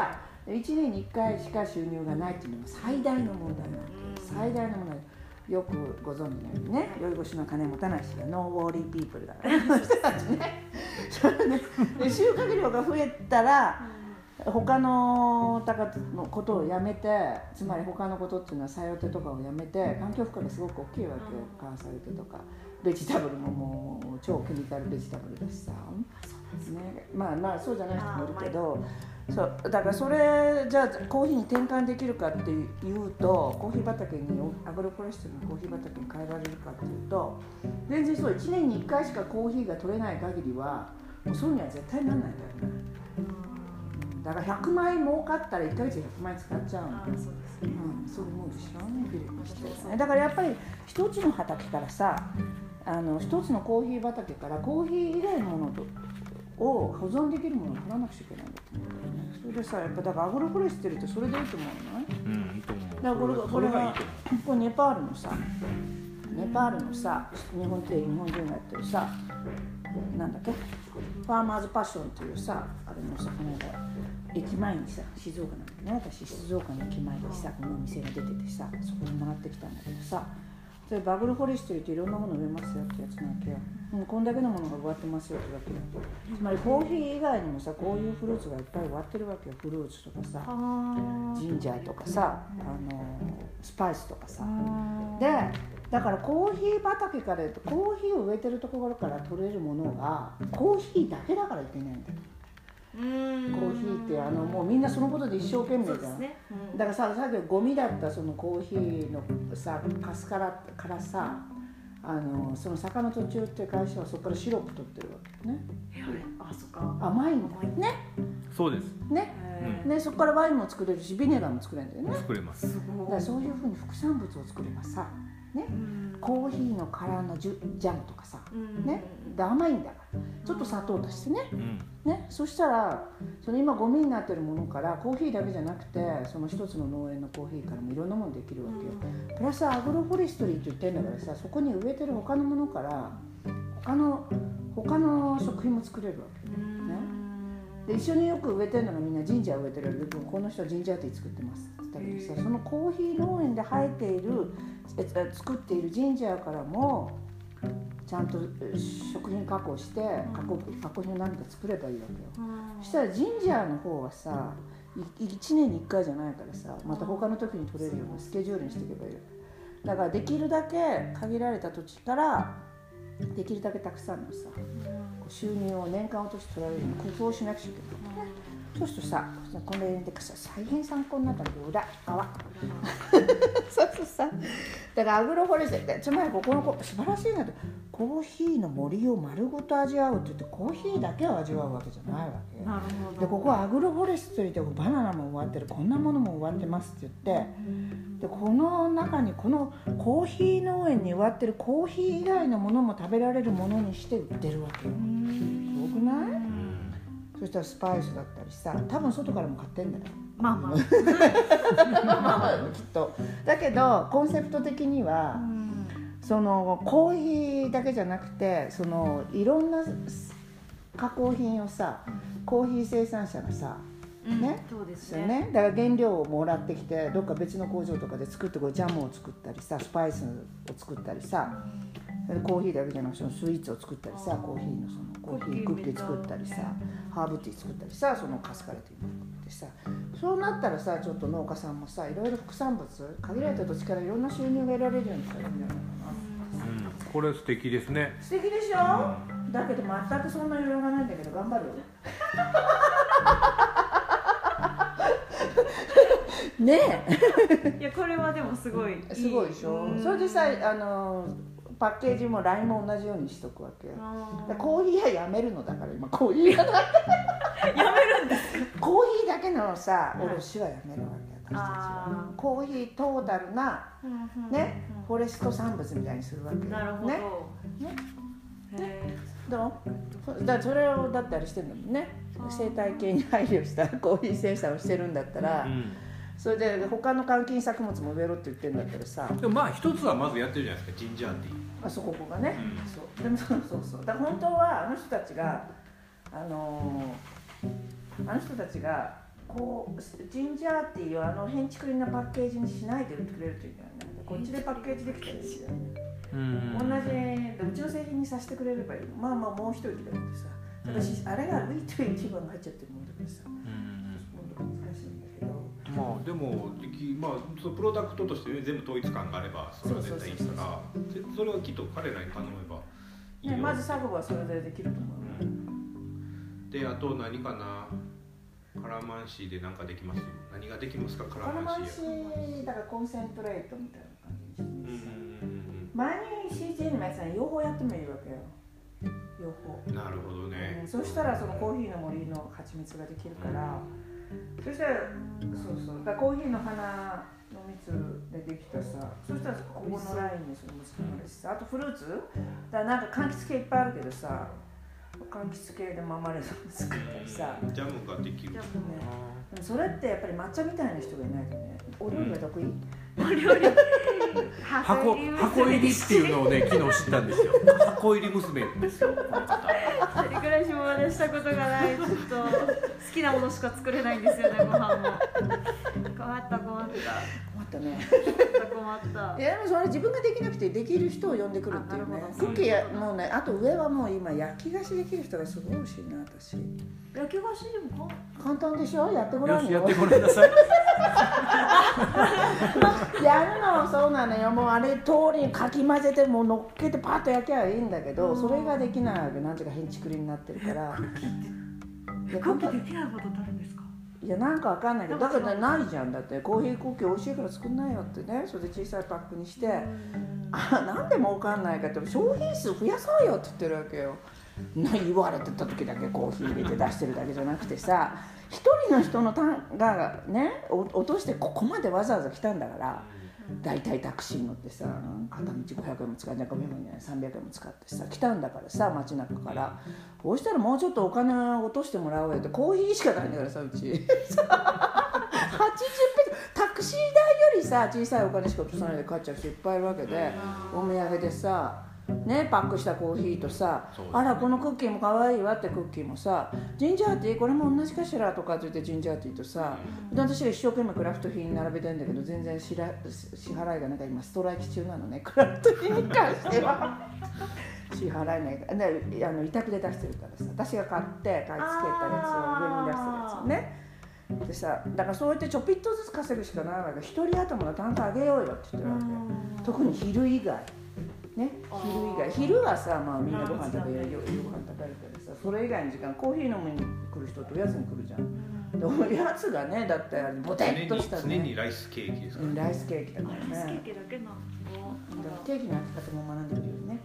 いちねんにいっかいしか収入がないっていうのが最大の問題なんです、うん、最大の問題。よくご存知のようにね、酔い越しの金持たない人がノーウォーリーピープルだからね、人たちね。それね、で収穫量が増えたら、他ののことをやめて、つまり他のことっていうのはサヨテとかをやめて、環境負荷がすごく大きいわけよ。カーサヨテとかベジタブルももう超ケミカルベジタブルだしさ、ね、まあまあそうじゃない人もいるけど、そうだからそれじゃあコーヒーに転換できるかっていうと、コーヒー畑にアグロフォレストのコーヒー畑に変えられるかっていうと、全然そう。いちねんにいっかいしかコーヒーが取れない限りはもうそういうには絶対なんないんだよね。だからひゃくまんえん儲かったらいっかげつでひゃくまんえん使っちゃうの。そうですね、うん、そう思うでしょうね、フィリピンしてね。だからやっぱり一つの畑からさ、あの一つのコーヒー畑からコーヒー以外のものとを保存できるものを取らなくちゃいけないんだと思うんだよね。それでさ、やっぱだからアグロフォレストリーってそれでいいと思うのね。 うん、いいと思う。 だからこれがこれがこれネパールのさ、ネパールのさ、日本で日本人がやってるさ、なんだっけ、ファーマーズパッションっていうさ、あれのさ、この間駅前にさ、静岡なんだけどね、私静岡の駅前にさ、このお店が出ててさ、そこに回ってきたんだけどさ、それバグルフォレストリーっていろんなもの植えますよってやつなわけよ。うん、こんだけのものが植わってますよってわけよ。つまりコーヒー以外にもさ、こういうフルーツがいっぱい植わってるわけよ。フルーツとかさ、ジンジャーとかさ、あのスパイスとかさ。で、だからコーヒー畑から、コーヒーを植えてるところから取れるものがコーヒーだけだからいけないんだよ。コーヒーってあのもうみんなそのことで一生懸命じゃん、ね、うん、だからさ、さっきゴミだったそのコーヒーのさカスからからさ、あのその坂の途中って会社はそこからシロップ取ってるわけね。 あ、そっか、 甘いんだよね。 そうですね、ね、そこからワインも作れるしビネガーも作れるんだよね。 作れます。 だからそういうふうに副産物を作ればさ、ね、コーヒーの殻のジュ、ジャムとかさ、ね、で甘いんだからちょっと砂糖足してね、ね、そしたらその今ゴミになってるものからコーヒーだけじゃなくて、その一つの農園のコーヒーからもいろんなものできるわけよ。プラスアグロフォレストリーって言ってるんだからさ、そこに植えてる他のものから他の他の食品も作れるわけよ、ね、で一緒によく植えてるのがみんなジンジャー植えてるけど、この人はジンジャーティー作ってますって言ったけどさ、そのコーヒー農園で生えている作っているジンジャーからもちゃんと食品加工して加工加工品を何か作ればいいわけよ。そしたらジンジャーの方はさ、いちねんにいっかいじゃないからさ、また他の時に取れるようなスケジュールにしていけばいいわけだから、できるだけ限られた土地からできるだけたくさんのさ収入を年間を通して取られるような工夫をしなくちゃいけない。そうするとさ、この辺でさ、大変参考になったんだけど、裏側そうそうさ、だからアグロフォレストって、つまりここの子素晴らしいなと、コーヒーの森を丸ごと味わうって言って、コーヒーだけを味わうわけじゃないわけ。なるほど。でここはアグロフォレストリーでバナナも植わってる、こんなものも植わってますって言って、でこの中にこのコーヒー農園に植わってるコーヒー以外のものも食べられるものにして売ってるわけよ。すごくない？そしたらスパイスだったりさ、多分外からも買ってんだよ。まあまあまあまあきっと。だけどコンセプト的には、そのコーヒーだけじゃなくて、そのいろんな加工品をさ、コーヒー生産者がさ、ね、そうですよね。だから原料をもらってきて、どっか別の工場とかで作ってこうジャムを作ったりさ、スパイスを作ったりさ、コーヒーだけじゃなくてそのスイーツを作ったりさ、コーヒーのそのコーヒークッキー作ったりさ、ハーブティー作ったりさ、そのカスカルティーも作ってさ、そうなったらさ、ちょっと農家さんもさ、いろいろ副産物限られた土地からいろんな収入が得られるようにしたらいいんじゃないかな。 うん、これ素敵ですね。 素敵でしょ、うん、だけど全くそんな余裕がないんだけど頑張るよねえいやこれはでもすごいいいすごいでしょ、うん、それでさ、あのパッケージもラインも同じようにしとくわけよ。コーヒーはやめるのだから今コーヒーがやめるんですか。 コーヒーだけのさ卸はやめるわけ、私たちは。コーヒートータルな、ね、フォレスト産物みたいにするわけよ。 なるほど、 ねねどうだからそれをだってあれしてるんだもんね。生態系に配慮したコーヒー生産をしてるんだったら、うん、それで他の換金作物も植えろって言ってるんだったらさ、 でもまあ一つはまずやってるじゃないですか、ジンジャーティー。 あそここがね、うん、そうでもそうそうそう。だから本当はあの人たちがあのー、あの人たちがこうジンジャーティーをあの変築なパッケージにしないで売ってくれるといいんだよね。こっちでパッケージできたらいいですよね。 うん同じうちの製品にさせてくれればいいの。まあまあもう一人でやってさ、私あれが V という一番が入っちゃってるもんだからさ、難しいんだけど。 まあでもでき、まあ、そのプロダクトとして、ね、全部統一感があればそれは絶対いいからそれはきっと彼らに頼めばいいよ、 ね、まずサブはそれでできると思う、 うん、であと何かなカラマンシーで何かできます何ができますかカラマンシーカラマンシーだからコンセントレートみたいな感じにしてさ、 うん、 前に シージェー のやつは両方やってもいいわけよ両方なるほどね、 うん、そしたらそのコーヒーの森の蜂蜜ができるから、うん、そしたらそうそうだからコーヒーの花の蜜でできたさそしたらここのラインにそれもつながるしさあとフルーツだからなんか柑橘系いっぱいあるけどさ柑橘系でママレード作ったりさジャムができる、ね、 でもそれってやっぱり抹茶みたいな人がいないとねお料理が得意、うんお料理箱, 箱入りっていうのをね昨日知ったんですよ箱入り娘ですよこの方一人暮らしもまだしたことがないちょっと好きなものしか作れないんですよねご飯も困った困った困ったね困ったいやでもそれ自分ができなくてできる人を呼んでくるっていうねクッキーやもうねあと上はもう今焼き菓子できる人がすごい欲しいな私焼き菓子でも簡単でしょやってごらんよよしやってごらんなさいやるのはそうなのよもうあれ通りにかき混ぜてもう乗っけてパッと焼きゃいいんだけどそれができないわけなんていうか変築りになってるからクッキーできないことってあるんですかいやなんかわかんないけどだからないじゃんだってコーヒークッキー美味しいから作んないよってねそれで小さいパックにしてあなんで儲かんないかって商品数増やそうよって言ってるわけよ言われてた時だけコーヒー入れて出してるだけじゃなくてさ一人の人の単価がね落としてここまでわざわざ来たんだからだいたいタクシー乗ってさ片道ごひゃくえんも使ってごひゃくえんもさんびゃくえんも使ってさ来たんだからさ街中からこうしたらもうちょっとお金を落としてもらおうよってコーヒーしかないんだからさうちはちじゅっページタクシー代よりさ小さいお金しか落とさないで帰っちゃう人いっぱいいるわけでお土産でさね、パックしたコーヒーとさ、ね、あらこのクッキーも可愛いわってクッキーもさジンジャーティーこれも同じかしらとかって言ってジンジャーティーとさ、うん、私が一生懸命クラフト品並べてるんだけど全然しら支払いがなんか今ストライキ中なのねクラフト品に関しては支払えないからであの委託で出してるからさ私が買って買い付けたやつを上に出してるやつをねでさだからそうやってちょぴっとずつ稼ぐしかないわけ一人頭の単価上げようよって言ってるわけ、うん、特に昼以外ね、昼以外昼はさ、まあ、みんなご飯食べるよ夜ご飯食べるからさそれ以外の時間コーヒー飲みに来る人とおやつに来るじゃん、うん、でおやつがねだってボテッとしたね常にライスケーキですか、ね、 うん、ライスケーキだからねライスケーキだけなケーキの焼き方も学んでくるよね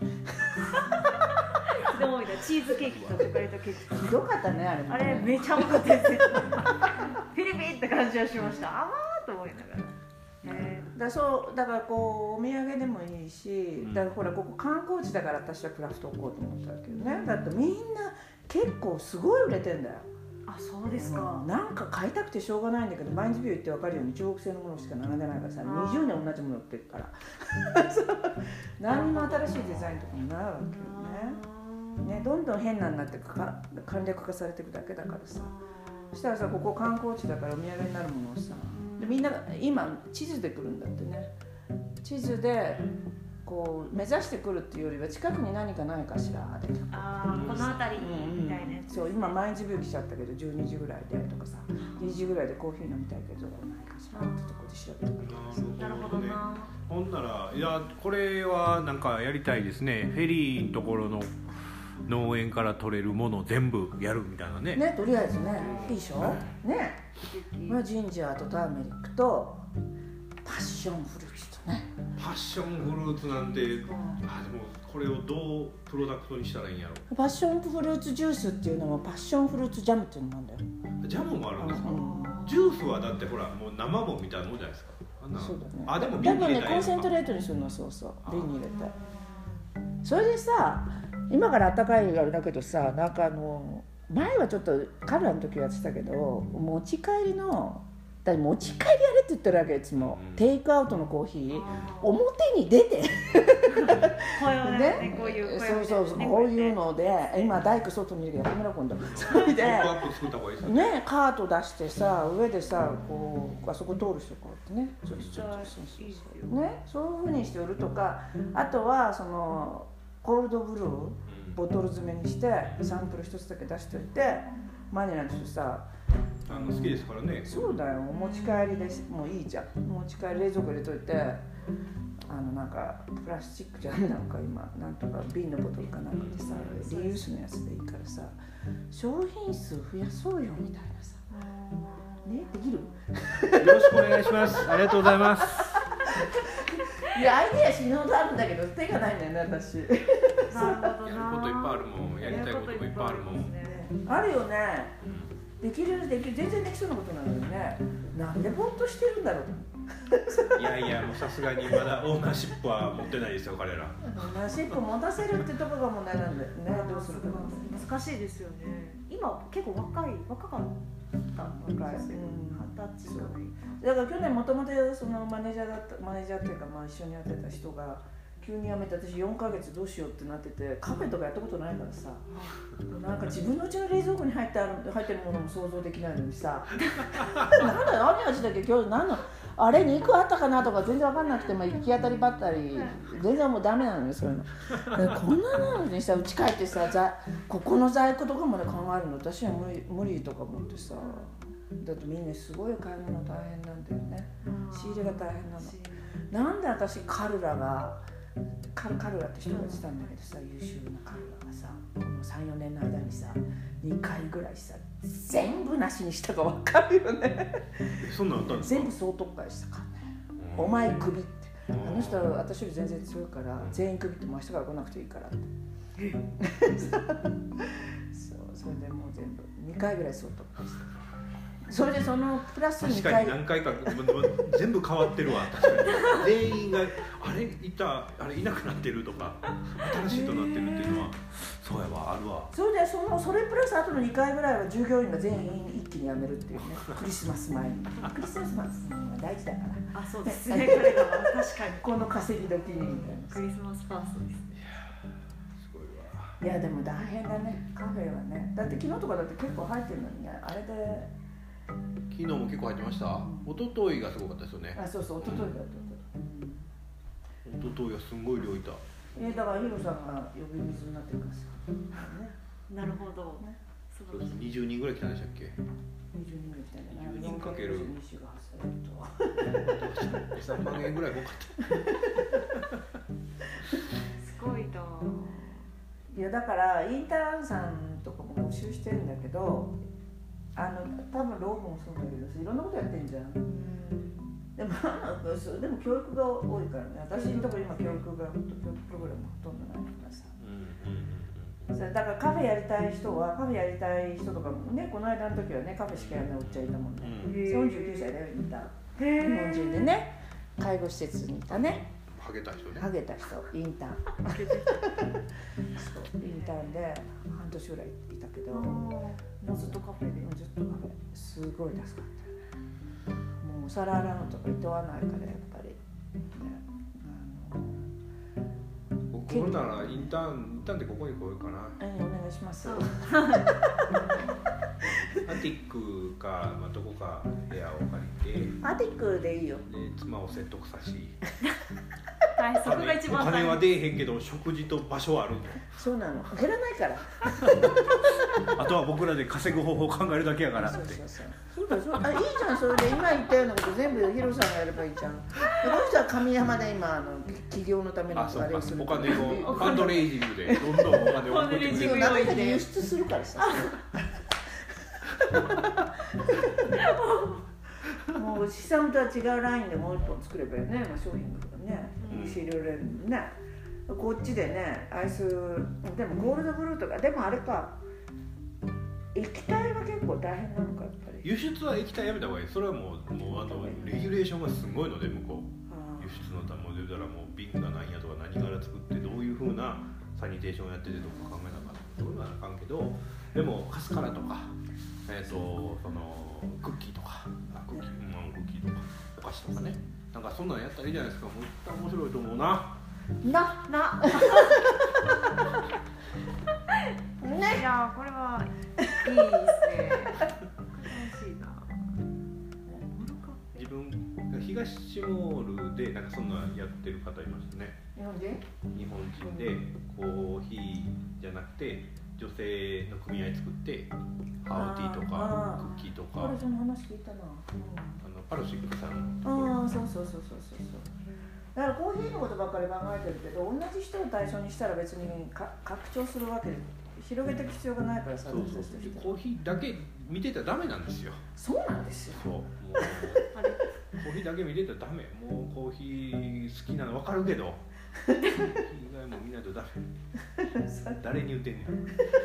ひどいなチーズケーキとチョコレートケーキひどかったねあれもねあれめちゃ多かったですよピリピリって感じはしました甘ーと思いながらだそうだからこうお土産でもいいしだからほらここ観光地だから私はクラフト置こうと思ったわけどねだってみんな結構すごい売れてんだよあそうですか、 うん、なんか買いたくてしょうがないんだけど毎日ビュー行って分かるように中国製のものしか並んでないからさにじゅうねん同じもの売ってるから何も新しいデザインとかもないわけよねねどんどん変なになってか簡略化されていくだけだからさそしたらさここ観光地だからお土産になるものをさでみんな今地図で来るんだってね地図でこう目指してくるっていうよりは近くに何かないかしらってあこの辺りにみたいなやつ、 うん、そう今毎日ビュー来ちゃったけどじゅうにじぐらいでとかさにじぐらいでコーヒー飲みたいけどどこないかしらってとこで調べてくるなるほどなほんならいやこれはなんかやりたいですねフェリーのところの農園から取れるものを全部やるみたいなねねとりあえずねいいでしょねまあ、ジンジャーとターメリックとパッションフルーツとねパッションフルーツなんて、うん、あでもこれをどうプロダクトにしたらいいんやろパッションフルーツジュースっていうのはパッションフルーツジャムっていうのなんだよジャムもあるんですか、うん、ジュースはだってほらもう生もんみたいなもんじゃないですかあんなそうだねあでも瓶に入れたらいいのかでもねコンセントレートにするのそうそう瓶に入れてそれでさ今から暖かいあれだけどさなんかあの前はちょっとカルラの時はやってたけど持ち帰りのだから持ち帰りやれって言ってるわけいつも、うん、テイクアウトのコーヒー表に出てこういうね、ねこういう、 そうそうそう、こういうので今大工外にいるけどやってみろ今度それでねカート出してさ上でさこうあそこ通る人こうやってねそうそうねそういう風にして売るとか、あとはそのコールドブルーボトル詰めにしてサンプル一つだけ出しておいてマニラの人さあの好きですからね。 そうだよ、お持ち帰りでもういいじゃん。持ち帰り冷蔵庫入れといて、あのなんかプラスチックじゃないなんか今なんとか瓶のボトルかなんかでさ、リユースのやつでいいからさ、商品数増やそうよみたいなさ。ね、できる？ よろしくお願いします。ありがとうございます。 いやアイディア死ぬほどあるんだけど手がないんだよね私。 なるほどな。 やることいっぱいあるもん、やりたいこともいっぱいあるもん。 あるよね。できるできる全然できそうなことなのにね。なんでぼーっとしてるんだろう。 いやいやもうさすがにまだオーナーシップは持ってないですよ彼ら。 オーナーシップ持たせるってとこが問題なんだよね。どうするか難しいですよね。今結構若い若かった若いですよ。二十歳ぐらい。 だから去年もともとそのマネージャーだったマネージャーっていうかまあ一緒にやってた人が急に辞めて私よんかげつどうしようってなっててカフェとかやったことないからさなんか自分のうちの冷蔵庫に入ってある入ってるものも想像できないのにさなんだ何味だっけ今日何のあれ肉あったかなとか全然分かんなくても行き当たりばったり全然もうダメなのよそういうのこんなのにさうち帰ってさここの在庫とかまで考えるの私は無理、無理とか思ってさだってみんなすごい買い物大変なんだよね仕入れが大変なのなんで私カルラがカルカルラって人が言ってたんだけどさ優秀なカルラがさこの さんよねんの間にさにかいぐらいさ全部なしにしたか分かるよねそんなのあったんですか？ 全部総特会したからねお前クビってあの人は私より全然強いから全員クビってもう明日から来なくていいからってそうそれでもう全部にかいぐらい総特会したそれでそのプラスにかい確かに何回か全部変わってるわ確かに全員があれいたあれいなくなってるとか新しいとなってるっていうのはそうやわあるわそれでそのそれプラスあとのにかいぐらいは従業員が全員一気に辞めるっていうねクリスマス前にクリスマス前が大事だからあそうですね彼らは確かにこの稼ぎ時にみたいなクリスマスファーストですねすごいわいやでも大変だねカフェはねだって昨日とかだって結構入ってるのにねあれで昨日も結構入ってました。一昨日がすごかったですよね。 あ、そうそう、一昨日だった。 一昨日はすごい量いた。 えー、だからヒロさんが呼び水になってるからさ。ね、 なるほど。ね、 そうです。二十人ぐらい来たんでしたっけ？ 二十人ぐらい来たんじゃない？ 二十人かける。 二三万円ぐらい多かった。 すごいな。 いやだからインターンさんとかも募集してるんだけど。あの多分ローブもそうだけどいろんなことやってんじゃん、うん、でもでも教育が多いからね私のところ今教育が教育プログラムほとんどないからさ、うん、だからカフェやりたい人はカフェやりたい人とかもねこの間の時はねカフェしかやらないおっちゃんいたもんね、うん、よんじゅうきゅうさいでいた日本人でね介護施設にいたねハゲた人ねハゲた人インターンそうインターンで半年ぐらいいたけどもうずっとカフェでずっとカフェすごい助かったよねもうお皿洗うのとかいとわないからやっぱり、ね、 あの僕もならインターンインターンってここに来ようかなえお願いしますアティックか、まあ、どこか部屋を借りてアティックでいいよで妻を説得さしはい、そこが一番お金は出えへんけど食事と場所はあるとそうなの減らないからあとは僕らで稼ぐ方法を考えるだけやからってそうそうそうそうだそうあいいじゃんそれで今言ったようなこと全部ヒロさんがやればいいじゃんこの人は神山で今あの起業のためのあれをするお金をファンドレイジングでどんどんお金を送ってくれる中で輸出するからさもう資産とは違うラインでもう一本作ればいいね、まあ、商品とかね、うん、シールレンねこっちでねアイスでもゴールドブルーとかでもあれか液体は結構大変なのかやっぱり輸出は液体やめた方がいいそれはもう、もうあのレギュレーションがすごいので向こう輸出のために言うたらもう瓶が何やとか何から作ってどういう風なサニテーションをやっててとか考えながらそういうのはあかんけどでもカスカラとかえー、とそのクッキーとかあクッキー、うん、クッキーとかお菓子とかね、なんかそんなんやったらいいじゃないですか。もう一旦面白いと思うなななね。 いやこれはいいですね。楽しいな。 自分が東モールでなんかそんなやってる方いましたね。 日本人日本人でコーヒーじゃなくて女性の組合作ってハーブティーとかクッキーとか、 あれその話聞いたな、 あのパルシックさんのああそうそうそうそうそうそう。だからコーヒーのことばっかり考えてるけど、同じ人を対象にしたら別にか拡張するわけで広げていく必要がないからさ。 そうそうそう。コーヒーだけ見てたらダメなんですよ。 そうなんですよ。 そうもうコーヒーだけ見てたらダメ。もうコーヒー好きなの分かるけどコーヒー以外も見ないとダメ。誰に言ってんねん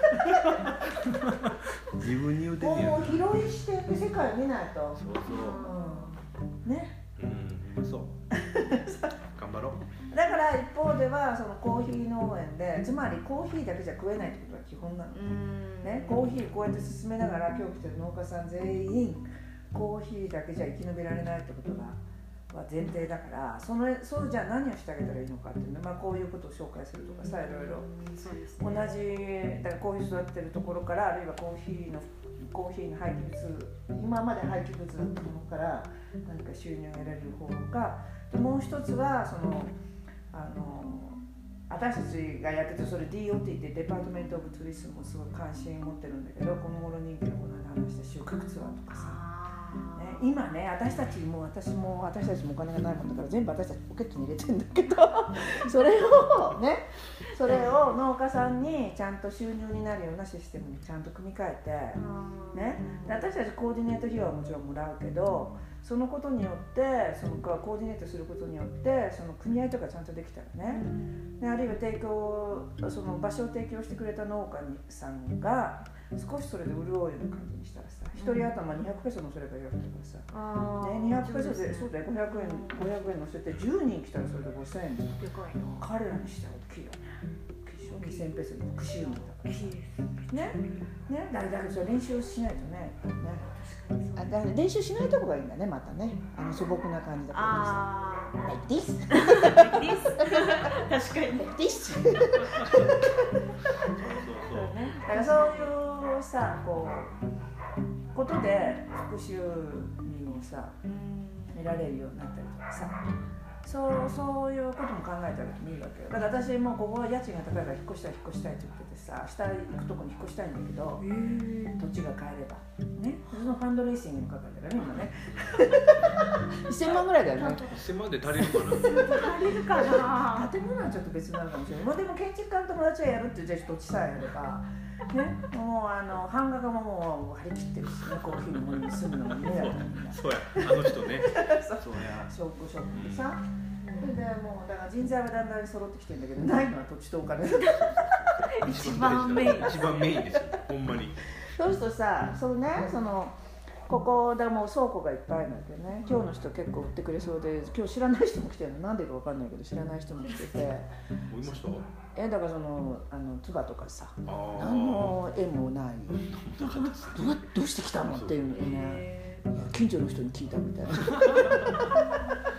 自分に言うてんねん。 もう広い視点で世界を見ないと。 そうそう、 うん、ね。 うん、そう頑張ろう。 だから一方ではそのコーヒー農園で、つまりコーヒーだけじゃ食えないってことが基本なの、ね、コーヒーこうやって進めながら今日来てる農家さん全員コーヒーだけじゃ生き延びられないってことがは前提だから、そのそうじゃあ何をしてあげたらいいのかっていうの、まあ、こういうことを紹介するとかさ、いろいろそうです、 ね、同じだからコーヒー育ててるところから、あるいはコーヒーのコーヒーの廃棄物、今まで廃棄物だったものから何か収入を得られる方法か、もう一つはそのあの私たちがやってて、それ ディーオーティー ってデパートメント・オブ・ツーリズムもすごい関心持ってるんだけど、この頃人気のこの間話した収穫ツアーとかさ、ね、今ね私たちも私も私たちもお金がないもんだから全部私たちポケットに入れてるんだけどそれをねそれを農家さんにちゃんと収入になるようなシステムにちゃんと組み替えて、ね、で私たちコーディネート費用はもちろんもらうけど、そのことによってそのコーディネートすることによってその組合とかちゃんとできたらね、であるいは提供その場所を提供してくれた農家さんが少しそれで潤うような感じにしたらさ、一人頭にひゃくペソ乗せればいいわけだからさ、ね、にひゃくペソでそうだよ、ごひゃくえんごひゃくえん乗せてじゅうにん来たらそれでごせんえんでかいな。彼らにしては大きいよね。にせんペソで復習なんだからね、ね、だからそれ練習しないとね、ね、あだから練習しないとこがいいんだね、またね、あの素朴な感じだからさ、like this like this 確かに like this だからそういうさ、こうことで復習にもさ見られるようになったりとかさ、そうそういうことも考えたらいいわけよ。だから私もここは家賃が高いから引っ越したい引っ越したいって言っててさ、明日行くとこに引っ越したいんだけど、土地が買えればね、そのファンドレーシングにかかるからね今ねせんまんぐらいだよね。 せんまんで足りるかな足りるかな。 建物はちょっと別なのかもしれない。もうでも建築家の友達がやるって言って土地さえあればね、もうあの版画がもう張り切ってるしね、コーヒーのものに住むのが夢だからみんな。 そうや、あの人ねそうや、ショックショックでさ、それでもうだから人材はだんだん揃ってきてるんだけど、ないのは土地とお金一番メイン一番メインですよ、ほんまに。 そうするとさ、そのね、そのここでもう倉庫がいっぱいあるんだけどね、今日の人結構売ってくれそうで、今日知らない人も来てるの、なんでかわかんないけど知らない人も来てて、 思いました？ えだからそのあのつばとかさ、 何の絵もない、どうどうしてきたのっていうのね、近所の人に聞いたみたいな。 そうやったんや。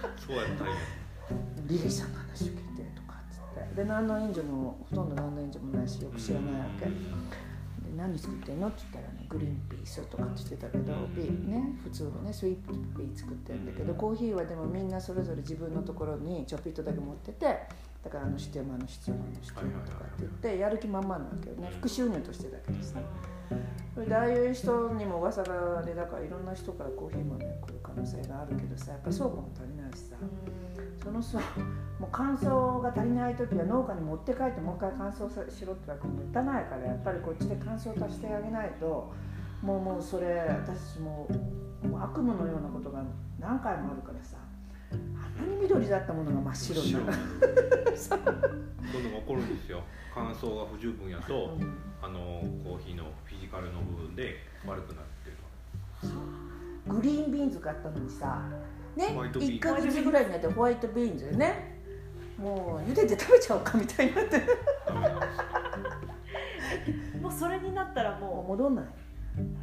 リリーさんの話を聞いてとかっつって、で何の援助もほとんど何の援助もないしよく知らないわけで、何作ってんのって言ったらね、グリーンピースとかって言ってたけど、ビーね、普通のねスイートピー作ってるんだけど、コーヒーはでもみんなそれぞれ自分のところにちょっぴっとだけ持ってて、だからあの必要もあの必要もあの必要もとかって言ってやる気満々なんだけどね、副収入としてだけどさ、それでああいう人にも噂があれだから、いろんな人からコーヒー豆が来る可能性があるけどさ、やっぱ倉庫も足りないしさ、そのさもう乾燥が足りない時は農家に持って帰ってもう一回乾燥しろってわけにもいかないから、やっぱりこっちで乾燥足してあげないと、もうもうそれ私もう、もう悪夢のようなことが何回もあるからさ、あんなに緑だったものが真っ白になるそういうのが起こるんですよ。乾燥が不十分やと、うん、あのコーヒーのフィジカルの部分で悪くなってる。 グリーンビーンズ買ったのにさね、いっかげつぐらいになってホワイトビーンズね、もう茹でて食べちゃおうかみたいになってもうそれになったらもう戻んない。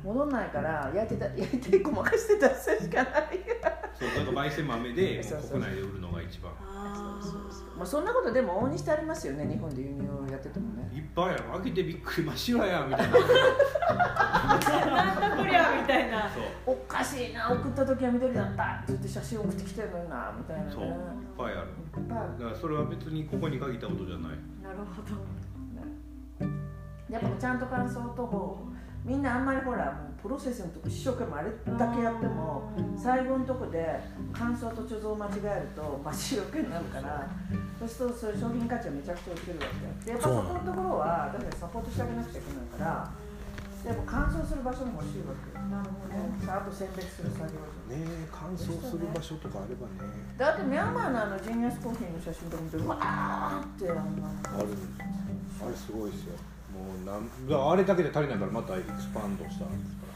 戻んないから焼いてた焼いてごまかして出すしかないそうだから焙煎豆で国内で売るのが一番。 そうそうそう、まあ、そんなことでも往々にしてありますよね、日本で輸入をやっててもね。 いっぱいやろ、開けてびっくり真っ白やみたいななんだこりゃみたいな。 おかしいな、送った時は緑だったって言って写真送ってきてるのになみたいなね。 そういっぱいある。 いっぱいある。 だからそれは別にここに限ったことじゃない。 なるほど。 やっぱちゃんと乾燥とこうみんなあんまりほらもうプロセスのとこ一生懸命あれだけやっても最後のとこで乾燥と貯蔵を間違えると真っ白けになるから、そうするとそういう商品価値はめちゃくちゃ落ちるわけで、やっぱそこのところはだからサポートしてあげなくちゃいけないから、やっぱ乾燥する場所も欲しいわけよ。なるほどね。あと選別する作業ねえ、乾燥する場所とかあればね。 だってミャンマーのあのジーニアスコーヒーの写真とか見てわーってあんなあるんです。あれすごいですよ。もうなんだからあれだけで足りないからまたエクスパンドしたんですから。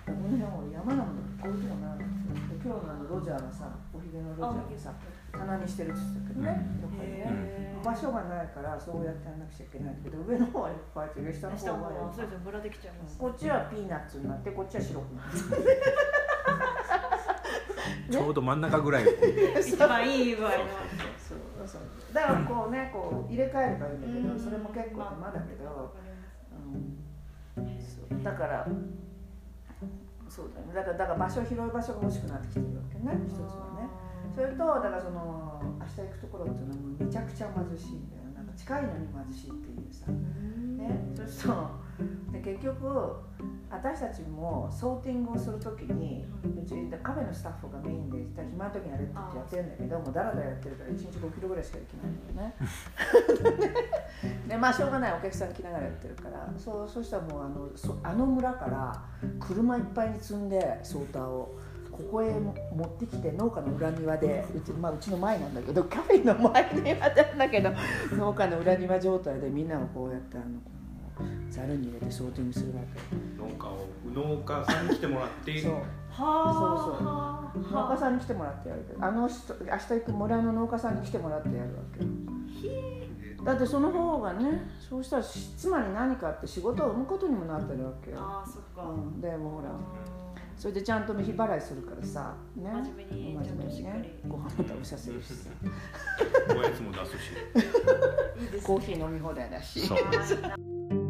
この辺は山なのにこういうとこなの。今日のあのロジャーがさ、おひげのロジャーがさ、棚にしてるって言ってたけどね、やっぱりね、場所がないからそうやってやらなくちゃいけないんだけど、上の方はいっぱいあって下の方はそうですよ、ムラできちゃいます。 こっちはピーナッツになってこっちは白くなってちょうど真ん中ぐらい一番いい具合の。 そうそう、だからこうね、こう入れ替えればいいんだけど、それも結構手間だけど、うん、そうだからそうだね、だからだから場所広い場所が欲しくなってきてるわけね、一つはね。それとだからその明日行くところっていうのはもうめちゃくちゃ貧しいんだよ。なんか近いのに貧しいっていうさ、ね、そうするとで結局私たちもソーティングをするときにうちカフェのスタッフがメインで暇な時にやるって言ってやってるんだけど、もうだらだらやってるからいちにちごキロぐらいしかできないんだよねでまあしょうがない、お客さん来ながらやってるから、そうそうしたらもうあのそあの村から車いっぱいに積んでソーターをここへ持ってきて農家の裏庭でうち、まあ、うちの前なんだけどカフェの前庭なんだけど農家の裏庭状態でみんながこうやってあのざるに入れてソーティングするわけ。 農家を農家さんに来てもらってそうはそうそう、農家さんに来てもらってやるけど、あの人明日行く村の農家さんに来てもらってやるわけ。だってその方がね、そうしたら妻に何かあって仕事を生むことにもなってるわけよ。 ああ、そっか、 うん、でもほらそれでちゃんと日払いするからさ、ね、 真面目に真面目にね、ご飯も食べさせるしさおやつも出すしいいですね、 コーヒー飲み放題だし。 そう